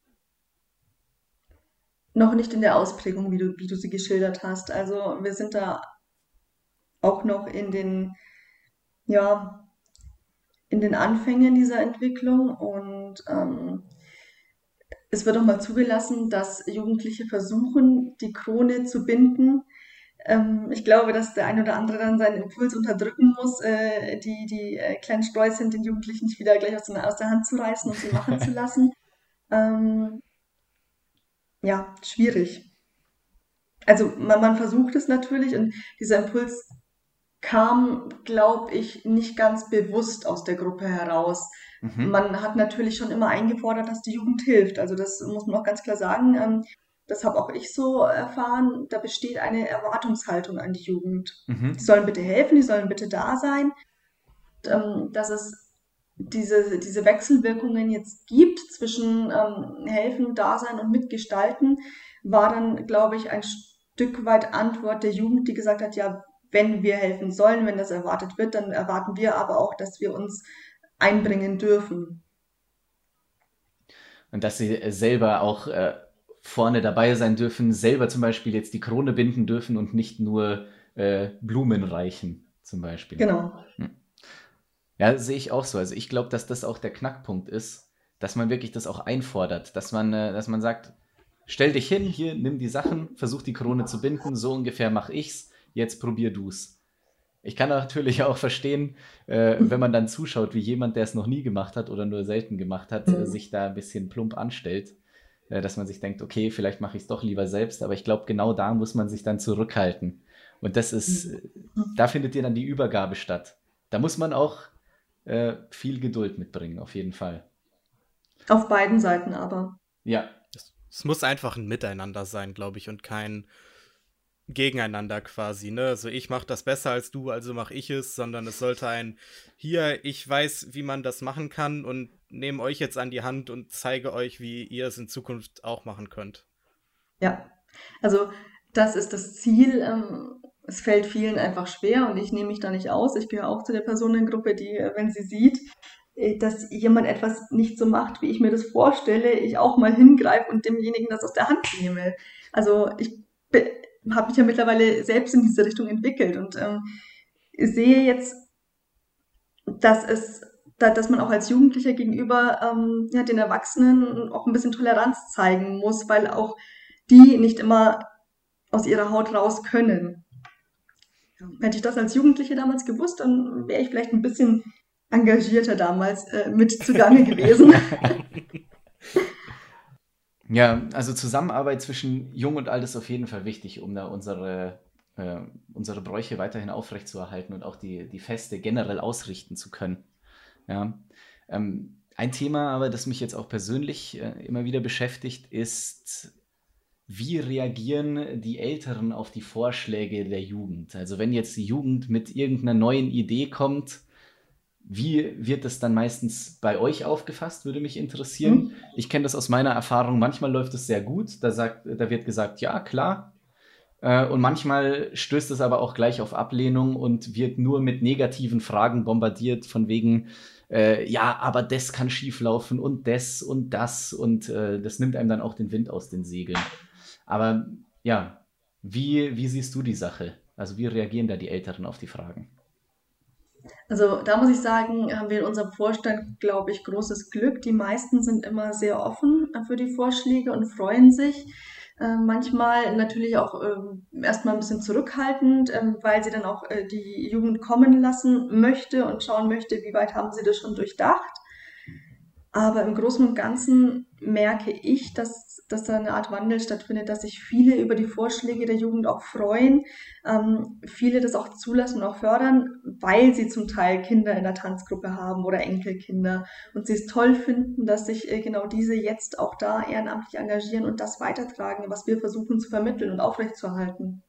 C: Noch nicht in der Ausprägung, wie du, wie du sie geschildert hast. Also wir sind da auch noch in den, ja, in den Anfängen dieser Entwicklung und ähm, es wird auch mal zugelassen, dass Jugendliche versuchen, die Krone zu binden. Ähm, ich glaube, dass der ein oder andere dann seinen Impuls unterdrücken muss, äh, die, die äh, kleinen Sträußchen den Jugendlichen nicht wieder gleich aus, der- aus der Hand zu reißen und sie machen zu lassen. Ähm, ja, schwierig. Also man, man versucht es natürlich und dieser Impuls kam, glaube ich, nicht ganz bewusst aus der Gruppe heraus.
A: Mhm.
C: Man hat natürlich schon immer eingefordert, dass die Jugend hilft. Also das muss man auch ganz klar sagen. Ähm, das habe auch ich so erfahren. Da besteht eine Erwartungshaltung an die Jugend. Die
A: Mhm.
C: sollen bitte helfen, die sollen bitte da sein. Und, ähm, dass es diese, diese Wechselwirkungen jetzt gibt zwischen ähm, helfen, da sein und mitgestalten, war dann, glaube ich, ein Stück weit Antwort der Jugend, die gesagt hat, ja, wenn wir helfen sollen, wenn das erwartet wird, dann erwarten wir aber auch, dass wir uns einbringen dürfen.
A: Und dass sie selber auch äh, vorne dabei sein dürfen, selber zum Beispiel jetzt die Krone binden dürfen und nicht nur äh, Blumen reichen, zum Beispiel.
C: Genau.
A: Hm. Ja, sehe ich auch so. Also ich glaube, dass das auch der Knackpunkt ist, dass man wirklich das auch einfordert, dass man, äh, dass man sagt, stell dich hin, hier, nimm die Sachen, versuch die Krone zu binden, so ungefähr mache ich's, jetzt probier du's. Ich kann natürlich auch verstehen, äh, wenn man dann zuschaut, wie jemand, der es noch nie gemacht hat oder nur selten gemacht hat, äh, sich da ein bisschen plump anstellt, äh, dass man sich denkt, okay, vielleicht mache ich es doch lieber selbst, aber ich glaube, genau da muss man sich dann zurückhalten. Und das ist, äh, da findet ja dann die Übergabe statt. Da muss man auch äh, viel Geduld mitbringen, auf jeden Fall.
C: Auf beiden Seiten aber.
A: Ja,
B: Es, es muss einfach ein Miteinander sein, glaube ich, und kein Gegeneinander quasi, ne? Also ich mache das besser als du, also mache ich es, sondern es sollte ein, hier, ich weiß, wie man das machen kann und nehme euch jetzt an die Hand und zeige euch, wie ihr es in Zukunft auch machen könnt.
C: Ja, also das ist das Ziel. Ähm, es fällt vielen einfach schwer und ich nehme mich da nicht aus. Ich gehöre auch zu der Personengruppe, die, äh, wenn sie sieht, äh, dass jemand etwas nicht so macht, wie ich mir das vorstelle, ich auch mal hingreife und demjenigen das aus der Hand nehme. Also ich habe mich ja mittlerweile selbst in diese Richtung entwickelt und ähm, sehe jetzt, dass es, da, dass man auch als Jugendlicher gegenüber ähm, ja, den Erwachsenen auch ein bisschen Toleranz zeigen muss, weil auch die nicht immer aus ihrer Haut raus können. Ja. Hätte ich das als Jugendliche damals gewusst, dann wäre ich vielleicht ein bisschen engagierter damals äh, mit zugange gewesen.
A: Ja, also Zusammenarbeit zwischen Jung und Alt ist auf jeden Fall wichtig, um da unsere, äh, unsere Bräuche weiterhin aufrechtzuerhalten und auch die, die Feste generell ausrichten zu können. Ja. Ähm, ein Thema aber, das mich jetzt auch persönlich äh, immer wieder beschäftigt, ist, wie reagieren die Älteren auf die Vorschläge der Jugend? Also wenn jetzt die Jugend mit irgendeiner neuen Idee kommt, wie wird das dann meistens bei euch aufgefasst, würde mich interessieren.
C: Hm?
A: Ich kenne das aus meiner Erfahrung, manchmal läuft es sehr gut, da, sagt, da wird gesagt, ja, klar. Äh, und manchmal stößt es aber auch gleich auf Ablehnung und wird nur mit negativen Fragen bombardiert, von wegen, äh, ja, aber das kann schieflaufen und das und das und äh, das nimmt einem dann auch den Wind aus den Segeln. Aber ja, wie, wie siehst du die Sache? Also wie reagieren da die Älteren auf die Fragen?
C: Also da muss ich sagen, haben wir in unserem Vorstand, glaube ich, großes Glück. Die meisten sind immer sehr offen äh, für die Vorschläge und freuen sich. Äh, manchmal natürlich auch ähm, erstmal ein bisschen zurückhaltend, ähm, weil sie dann auch äh, die Jugend kommen lassen möchte und schauen möchte, wie weit haben sie das schon durchdacht. Aber im Großen und Ganzen merke ich, dass, dass da eine Art Wandel stattfindet, dass sich viele über die Vorschläge der Jugend auch freuen, ähm, viele das auch zulassen und auch fördern, weil sie zum Teil Kinder in der Tanzgruppe haben oder Enkelkinder und sie es toll finden, dass sich äh, genau diese jetzt auch da ehrenamtlich engagieren und das weitertragen, was wir versuchen zu vermitteln und aufrechtzuerhalten.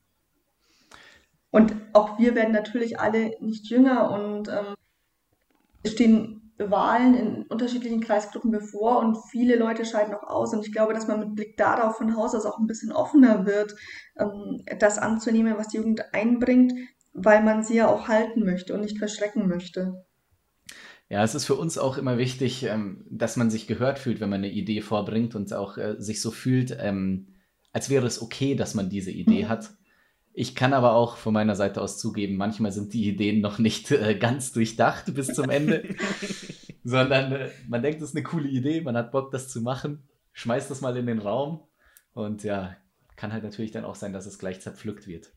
C: Und auch wir werden natürlich alle nicht jünger und ähm, es stehen Wahlen in unterschiedlichen Kreisgruppen bevor und viele Leute scheiden auch aus. Und ich glaube, dass man mit Blick darauf von Haus aus auch ein bisschen offener wird, ähm, das anzunehmen, was die Jugend einbringt, weil man sie ja auch halten möchte und nicht verschrecken möchte.
A: Ja, es ist für uns auch immer wichtig, ähm, dass man sich gehört fühlt, wenn man eine Idee vorbringt und auch äh, sich so fühlt, ähm, als wäre es okay, dass man diese Idee hat. Ich kann aber auch von meiner Seite aus zugeben, manchmal sind die Ideen noch nicht äh, ganz durchdacht bis zum Ende, sondern äh, man denkt, es ist eine coole Idee, man hat Bock, das zu machen, schmeißt das mal in den Raum und ja, kann halt natürlich dann auch sein, dass es gleich zerpflückt wird.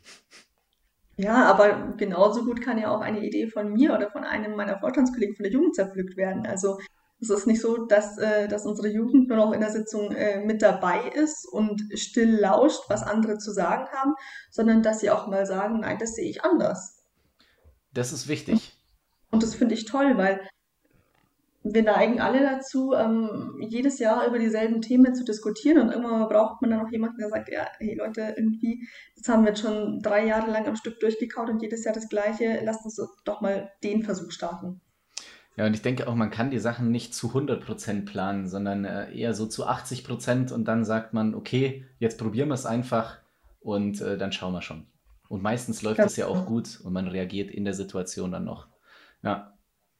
C: Ja, aber genauso gut kann ja auch eine Idee von mir oder von einem meiner Vorstandskollegen von der Jugend zerpflückt werden. Also es ist nicht so, dass, äh, dass unsere Jugend nur noch in der Sitzung äh, mit dabei ist und still lauscht, was andere zu sagen haben, sondern dass sie auch mal sagen, nein, das sehe ich anders.
A: Das ist wichtig.
C: Und das finde ich toll, weil wir neigen alle dazu, ähm, jedes Jahr über dieselben Themen zu diskutieren und irgendwann mal braucht man dann noch jemanden, der sagt, ja, hey Leute, irgendwie, das haben wir jetzt schon drei Jahre lang am Stück durchgekaut und jedes Jahr das Gleiche, lasst uns doch mal den Versuch starten.
A: Ja, und ich denke auch, man kann die Sachen nicht zu hundert Prozent planen, sondern äh, eher so zu achtzig Prozent und dann sagt man, okay, jetzt probieren wir es einfach und äh, dann schauen wir schon. Und meistens läuft es
C: Ganz
A: ja auch
C: genau.
A: gut und man reagiert in der Situation dann noch. Ja,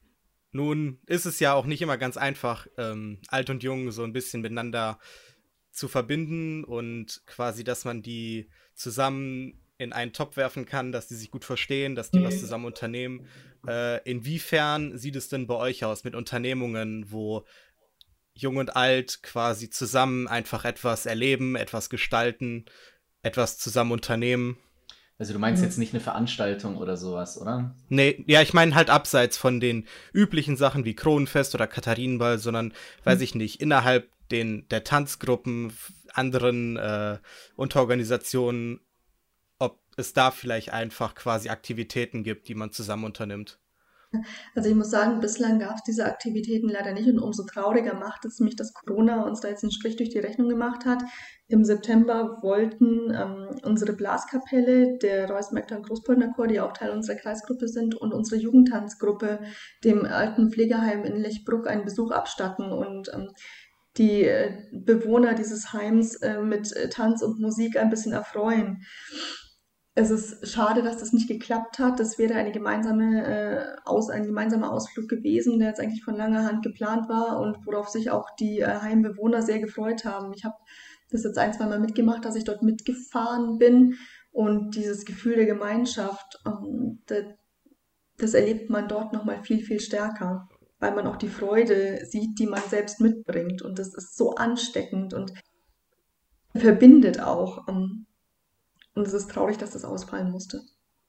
B: Nun ist es ja auch nicht immer ganz einfach, ähm, alt und jung so ein bisschen miteinander zu verbinden und quasi, dass man die zusammen in einen Topf werfen kann, dass die sich gut verstehen, dass die was zusammen unternehmen. Äh, inwiefern sieht es denn bei euch aus mit Unternehmungen, wo Jung und Alt quasi zusammen einfach etwas erleben, etwas gestalten, etwas zusammen unternehmen?
A: Also du meinst jetzt nicht eine Veranstaltung oder sowas, oder?
B: Nee, ja, ich meine halt abseits von den üblichen Sachen wie Kronenfest oder Katharinenball, sondern, weiß ich nicht, innerhalb den, der Tanzgruppen, f- anderen äh, Unterorganisationen, ob es da vielleicht einfach quasi Aktivitäten gibt, die man zusammen unternimmt.
C: Also ich muss sagen, bislang gab es diese Aktivitäten leider nicht und umso trauriger macht es mich, dass Corona uns da jetzt einen Strich durch die Rechnung gemacht hat. Im September wollten ähm, unsere Blaskapelle, der Reusmärkter und Großpoldner Chor, die auch Teil unserer Kreisgruppe sind, und unsere Jugendtanzgruppe dem alten Pflegeheim in Lechbruck einen Besuch abstatten und ähm, die äh, Bewohner dieses Heims äh, mit äh, Tanz und Musik ein bisschen erfreuen. Es ist schade, dass das nicht geklappt hat. Das wäre eine gemeinsame, äh, aus, ein gemeinsamer Ausflug gewesen, der jetzt eigentlich von langer Hand geplant war und worauf sich auch die äh, Heimbewohner sehr gefreut haben. Ich habe das jetzt ein, zwei Mal mitgemacht, dass ich dort mitgefahren bin und dieses Gefühl der Gemeinschaft, ähm, das, das erlebt man dort nochmal viel, viel stärker, weil man auch die Freude sieht, die man selbst mitbringt, und das ist so ansteckend und verbindet auch. ähm, Und es ist traurig, dass das ausfallen musste.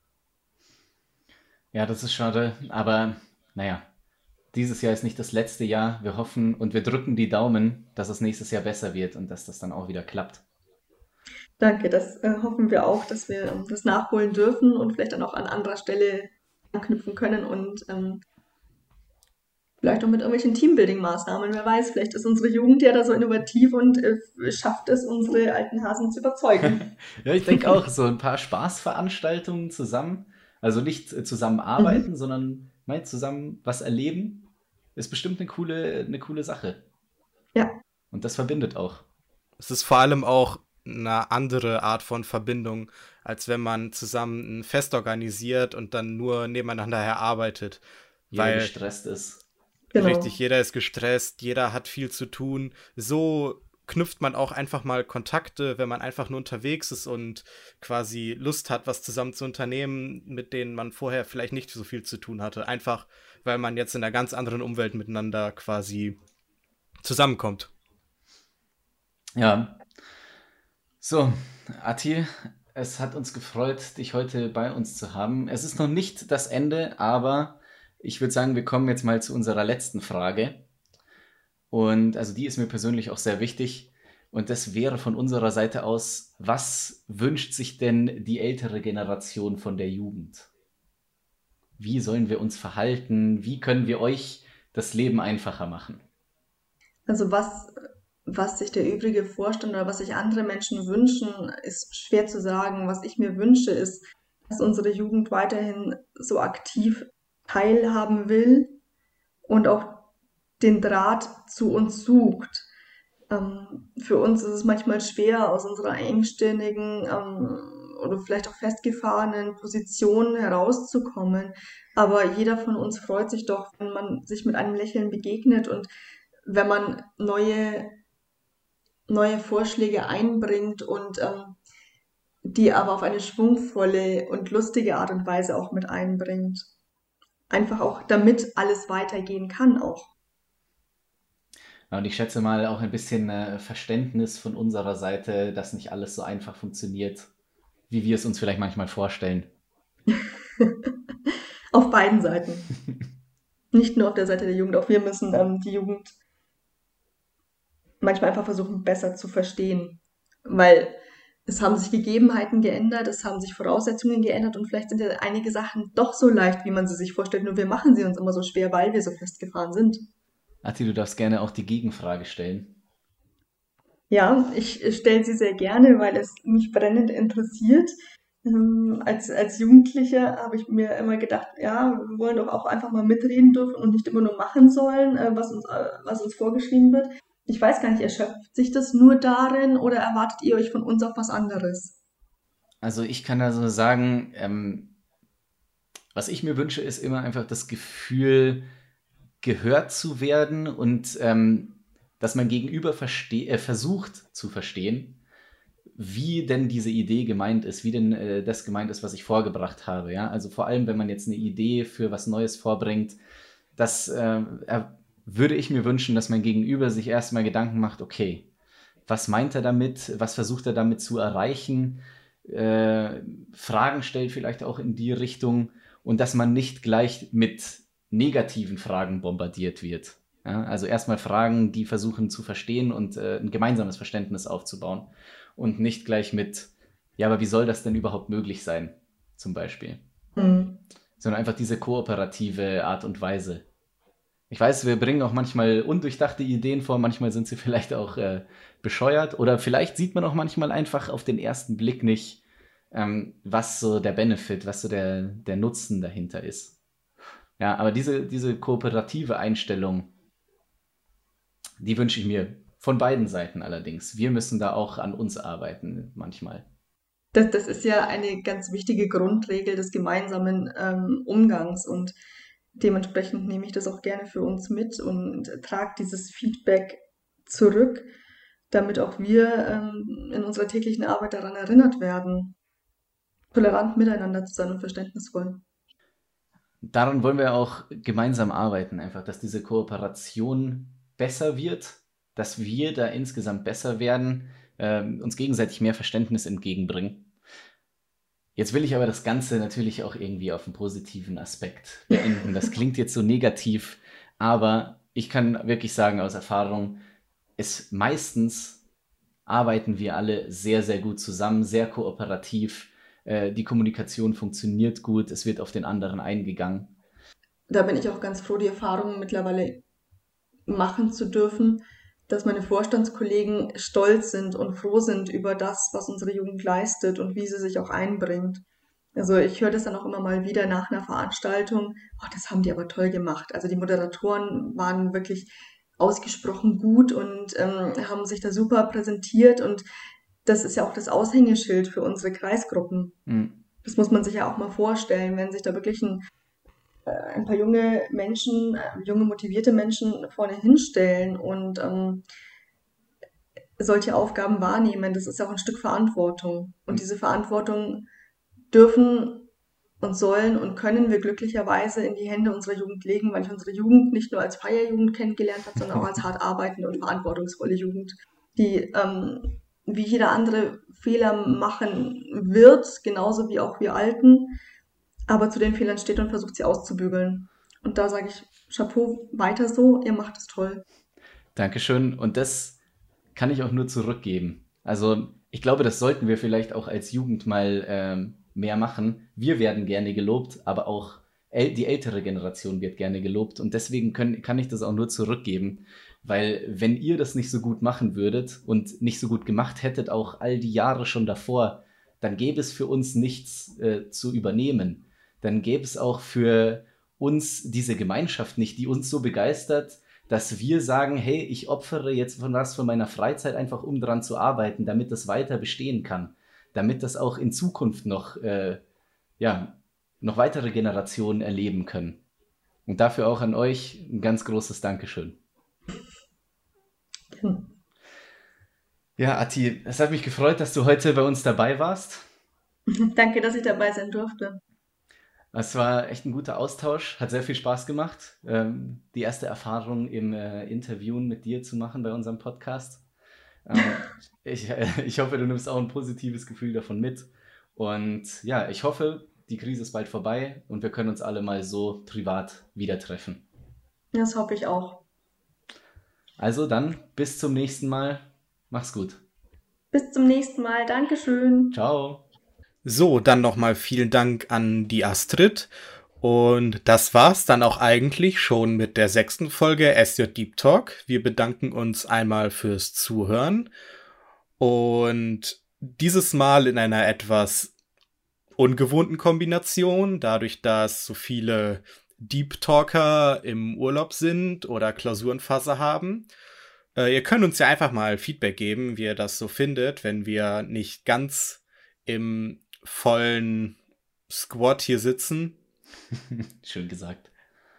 A: Ja, das ist schade, aber naja, dieses Jahr ist nicht das letzte Jahr. Wir hoffen und wir drücken die Daumen, dass es nächstes Jahr besser wird und dass das dann auch wieder klappt.
C: Danke, das äh, hoffen wir auch, dass wir ähm, das nachholen dürfen und vielleicht dann auch an anderer Stelle anknüpfen können und ähm, vielleicht auch mit irgendwelchen Teambuilding-Maßnahmen. Wer weiß, vielleicht ist unsere Jugend ja da so innovativ und äh, schafft es, unsere alten Hasen zu überzeugen.
A: Ja, ich denke auch, so ein paar Spaßveranstaltungen zusammen, also nicht äh, zusammen
C: Mhm.
A: arbeiten, sondern mal zusammen was erleben, ist bestimmt eine coole, eine coole Sache.
C: Ja,
A: Und das verbindet auch.
B: Es ist vor allem auch eine andere Art von Verbindung, als wenn man zusammen ein Fest organisiert und dann nur nebeneinander herarbeitet.
A: Jeder
B: Weil
A: gestresst ist.
C: genau.
B: richtig, jeder ist gestresst, jeder hat viel zu tun. So knüpft man auch einfach mal Kontakte, wenn man einfach nur unterwegs ist und quasi Lust hat, was zusammen zu unternehmen, mit denen man vorher vielleicht nicht so viel zu tun hatte. Einfach, weil man jetzt in einer ganz anderen Umwelt miteinander quasi zusammenkommt.
A: Ja. So, Ati, es hat uns gefreut, dich heute bei uns zu haben. Es ist noch nicht das Ende, aber ich würde sagen, wir kommen jetzt mal zu unserer letzten Frage. Und also die ist mir persönlich auch sehr wichtig. Und das wäre von unserer Seite aus, was wünscht sich denn die ältere Generation von der Jugend? Wie sollen wir uns verhalten? Wie können wir euch das Leben einfacher machen?
C: Also was, was sich der Übrige vorstellt oder was sich andere Menschen wünschen, ist schwer zu sagen. Was ich mir wünsche, ist, dass unsere Jugend weiterhin so aktiv teilhaben will und auch den Draht zu uns sucht. Ähm, für uns ist es manchmal schwer, aus unserer engstirnigen ähm, oder vielleicht auch festgefahrenen Position herauszukommen. Aber jeder von uns freut sich doch, wenn man sich mit einem Lächeln begegnet und wenn man neue, neue Vorschläge einbringt und ähm, die aber auf eine schwungvolle und lustige Art und Weise auch mit einbringt. Einfach auch, damit alles weitergehen kann auch.
A: Ja, und ich schätze mal auch ein bisschen äh, Verständnis von unserer Seite, dass nicht alles so einfach funktioniert, wie wir es uns vielleicht manchmal vorstellen.
C: Auf beiden Seiten. Nicht nur auf der Seite der Jugend, auch wir müssen ähm, die Jugend manchmal einfach versuchen, besser zu verstehen. Weil es haben sich Gegebenheiten geändert, es haben sich Voraussetzungen geändert und vielleicht sind ja einige Sachen doch so leicht, wie man sie sich vorstellt, nur wir machen sie uns immer so schwer, weil wir so festgefahren sind.
A: Ati, du darfst gerne auch die Gegenfrage stellen.
C: Ja, ich stelle sie sehr gerne, weil es mich brennend interessiert. Ähm, als, als Jugendliche habe ich mir immer gedacht, ja, wir wollen doch auch einfach mal mitreden dürfen und nicht immer nur machen sollen, äh, was uns, äh, was uns vorgeschrieben wird. Ich weiß gar nicht, erschöpft sich das nur darin oder erwartet ihr euch von uns auch was anderes?
A: Also ich kann da so sagen, ähm, was ich mir wünsche, ist immer einfach das Gefühl, gehört zu werden und ähm, dass man gegenüber verste- äh, versucht zu verstehen, wie denn diese Idee gemeint ist, wie denn äh, das gemeint ist, was ich vorgebracht habe. Ja? Also vor allem, wenn man jetzt eine Idee für was Neues vorbringt, das äh, er, würde ich mir wünschen, dass mein Gegenüber sich erstmal Gedanken macht, okay, was meint er damit, was versucht er damit zu erreichen, äh, Fragen stellt vielleicht auch in die Richtung und dass man nicht gleich mit negativen Fragen bombardiert wird. Ja? Also erstmal Fragen, die versuchen zu verstehen und äh, ein gemeinsames Verständnis aufzubauen und nicht gleich mit, ja, aber wie soll das denn überhaupt möglich sein, zum Beispiel.
C: Mhm.
A: Sondern einfach diese kooperative Art und Weise. Ich weiß, wir bringen auch manchmal undurchdachte Ideen vor, manchmal sind sie vielleicht auch äh, bescheuert oder vielleicht sieht man auch manchmal einfach auf den ersten Blick nicht, ähm, was so der Benefit, was so der, der Nutzen dahinter ist. Ja, aber diese, diese kooperative Einstellung, die wünsche ich mir von beiden Seiten allerdings. Wir müssen da auch an uns arbeiten manchmal.
C: Das, das ist ja eine ganz wichtige Grundregel des gemeinsamen ähm, Umgangs und dementsprechend nehme ich das auch gerne für uns mit und trage dieses Feedback zurück, damit auch wir ähm, in unserer täglichen Arbeit daran erinnert werden, tolerant miteinander zu sein und verständnisvoll.
A: Daran wollen wir auch gemeinsam arbeiten, einfach, dass diese Kooperation besser wird, dass wir da insgesamt besser werden, äh, uns gegenseitig mehr Verständnis entgegenbringen. Jetzt will ich aber das Ganze natürlich auch irgendwie auf einen positiven Aspekt beenden. Das klingt jetzt so negativ, aber ich kann wirklich sagen aus Erfahrung, es meistens arbeiten wir alle sehr, sehr gut zusammen, sehr kooperativ. Äh, die Kommunikation funktioniert gut, es wird auf den anderen eingegangen.
C: Da bin ich auch ganz froh, die Erfahrung mittlerweile machen zu dürfen, dass meine Vorstandskollegen stolz sind und froh sind über das, was unsere Jugend leistet und wie sie sich auch einbringt. Also ich höre das dann auch immer mal wieder nach einer Veranstaltung, oh, das haben die aber toll gemacht. Also die Moderatoren waren wirklich ausgesprochen gut und ähm, haben sich da super präsentiert und das ist ja auch das Aushängeschild für unsere Kreisgruppen.
A: Mhm.
C: Das muss man sich ja auch mal vorstellen, wenn sich da wirklich ein, äh, ein paar junge Menschen, äh, junge motivierte Menschen vorne hinstellen und ähm, solche Aufgaben wahrnehmen. Das ist ja auch ein Stück Verantwortung. Und diese Verantwortung dürfen und sollen und können wir glücklicherweise in die Hände unserer Jugend legen, weil ich unsere Jugend nicht nur als Feierjugend kennengelernt habe, sondern auch als hart arbeitende und verantwortungsvolle Jugend, die ähm, wie jeder andere Fehler machen wird, genauso wie auch wir Alten, aber zu den Fehlern steht und versucht sie auszubügeln. Und da sage ich, Chapeau, weiter so, ihr macht es toll.
A: Dankeschön. Und das kann ich auch nur zurückgeben. Also ich glaube, das sollten wir vielleicht auch als Jugend mal ähm, mehr machen. Wir werden gerne gelobt, aber auch äl- die ältere Generation wird gerne gelobt. Und deswegen können, kann ich das auch nur zurückgeben. Weil wenn ihr das nicht so gut machen würdet und nicht so gut gemacht hättet, auch all die Jahre schon davor, dann gäbe es für uns nichts äh, zu übernehmen. Dann gäbe es auch für uns diese Gemeinschaft nicht, die uns so begeistert, dass wir sagen, hey, ich opfere jetzt von was von meiner Freizeit einfach, um dran zu arbeiten, damit das weiter bestehen kann, damit das auch in Zukunft noch, äh, ja, noch weitere Generationen erleben können. Und dafür auch an euch ein ganz großes Dankeschön.
C: Hm.
A: Ja, Ati, es hat mich gefreut, dass du heute bei uns dabei warst.
C: Danke, dass ich dabei sein durfte.
A: Es war echt ein guter Austausch, hat sehr viel Spaß gemacht, ähm, die erste Erfahrung im äh, Interviewen mit dir zu machen bei unserem Podcast. Ähm, ich, äh, ich hoffe, du nimmst auch ein positives Gefühl davon mit. Und ja, ich hoffe, die Krise ist bald vorbei und wir können uns alle mal so privat wieder treffen.
C: Das hoffe ich auch.
A: Also dann, bis zum nächsten Mal. Mach's gut.
C: Bis zum nächsten Mal. Dankeschön.
A: Ciao.
B: So, dann nochmal vielen Dank an die Astrid. Und das war's dann auch eigentlich schon mit der sechsten Folge S J Deep Talk. Wir bedanken uns einmal fürs Zuhören. Und dieses Mal in einer etwas ungewohnten Kombination, dadurch, dass so viele Deep Talker im Urlaub sind oder Klausurenphase haben. Äh, ihr könnt uns ja einfach mal Feedback geben, wie ihr das so findet, wenn wir nicht ganz im vollen Squad hier sitzen.
A: Schön gesagt.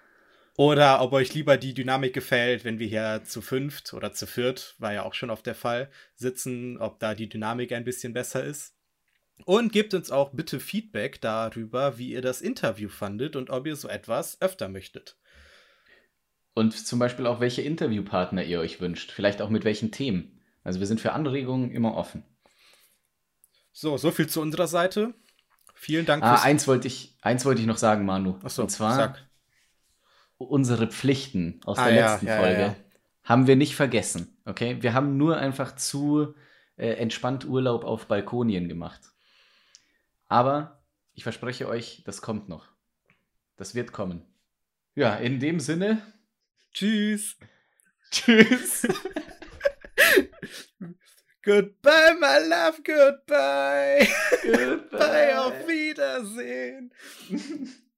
B: Oder ob euch lieber die Dynamik gefällt, wenn wir hier zu fünft oder zu viert, war ja auch schon oft der Fall, sitzen, ob da die Dynamik ein bisschen besser ist. Und gebt uns auch bitte Feedback darüber, wie ihr das Interview fandet und ob ihr so etwas öfter möchtet.
A: Und zum Beispiel auch, welche Interviewpartner ihr euch wünscht. Vielleicht auch mit welchen Themen. Also wir sind für Anregungen immer offen.
B: So, so viel zu unserer Seite. Vielen Dank
A: Ah,
B: fürs...
A: eins wollte ich, eins wollte ich noch sagen, Manu.
B: Achso,
A: Und zwar
B: sag.
A: unsere Pflichten aus
B: Ah,
A: der
B: ja,
A: letzten
B: ja,
A: Folge
B: ja.
A: haben wir nicht vergessen. Okay? Wir haben nur einfach zu äh, entspannt Urlaub auf Balkonien gemacht. Aber ich verspreche euch, das kommt noch. Das wird kommen. Ja, in dem Sinne.
B: Tschüss.
A: Tschüss.
B: Goodbye, my love, goodbye.
A: Goodbye.
B: Bye, auf Wiedersehen.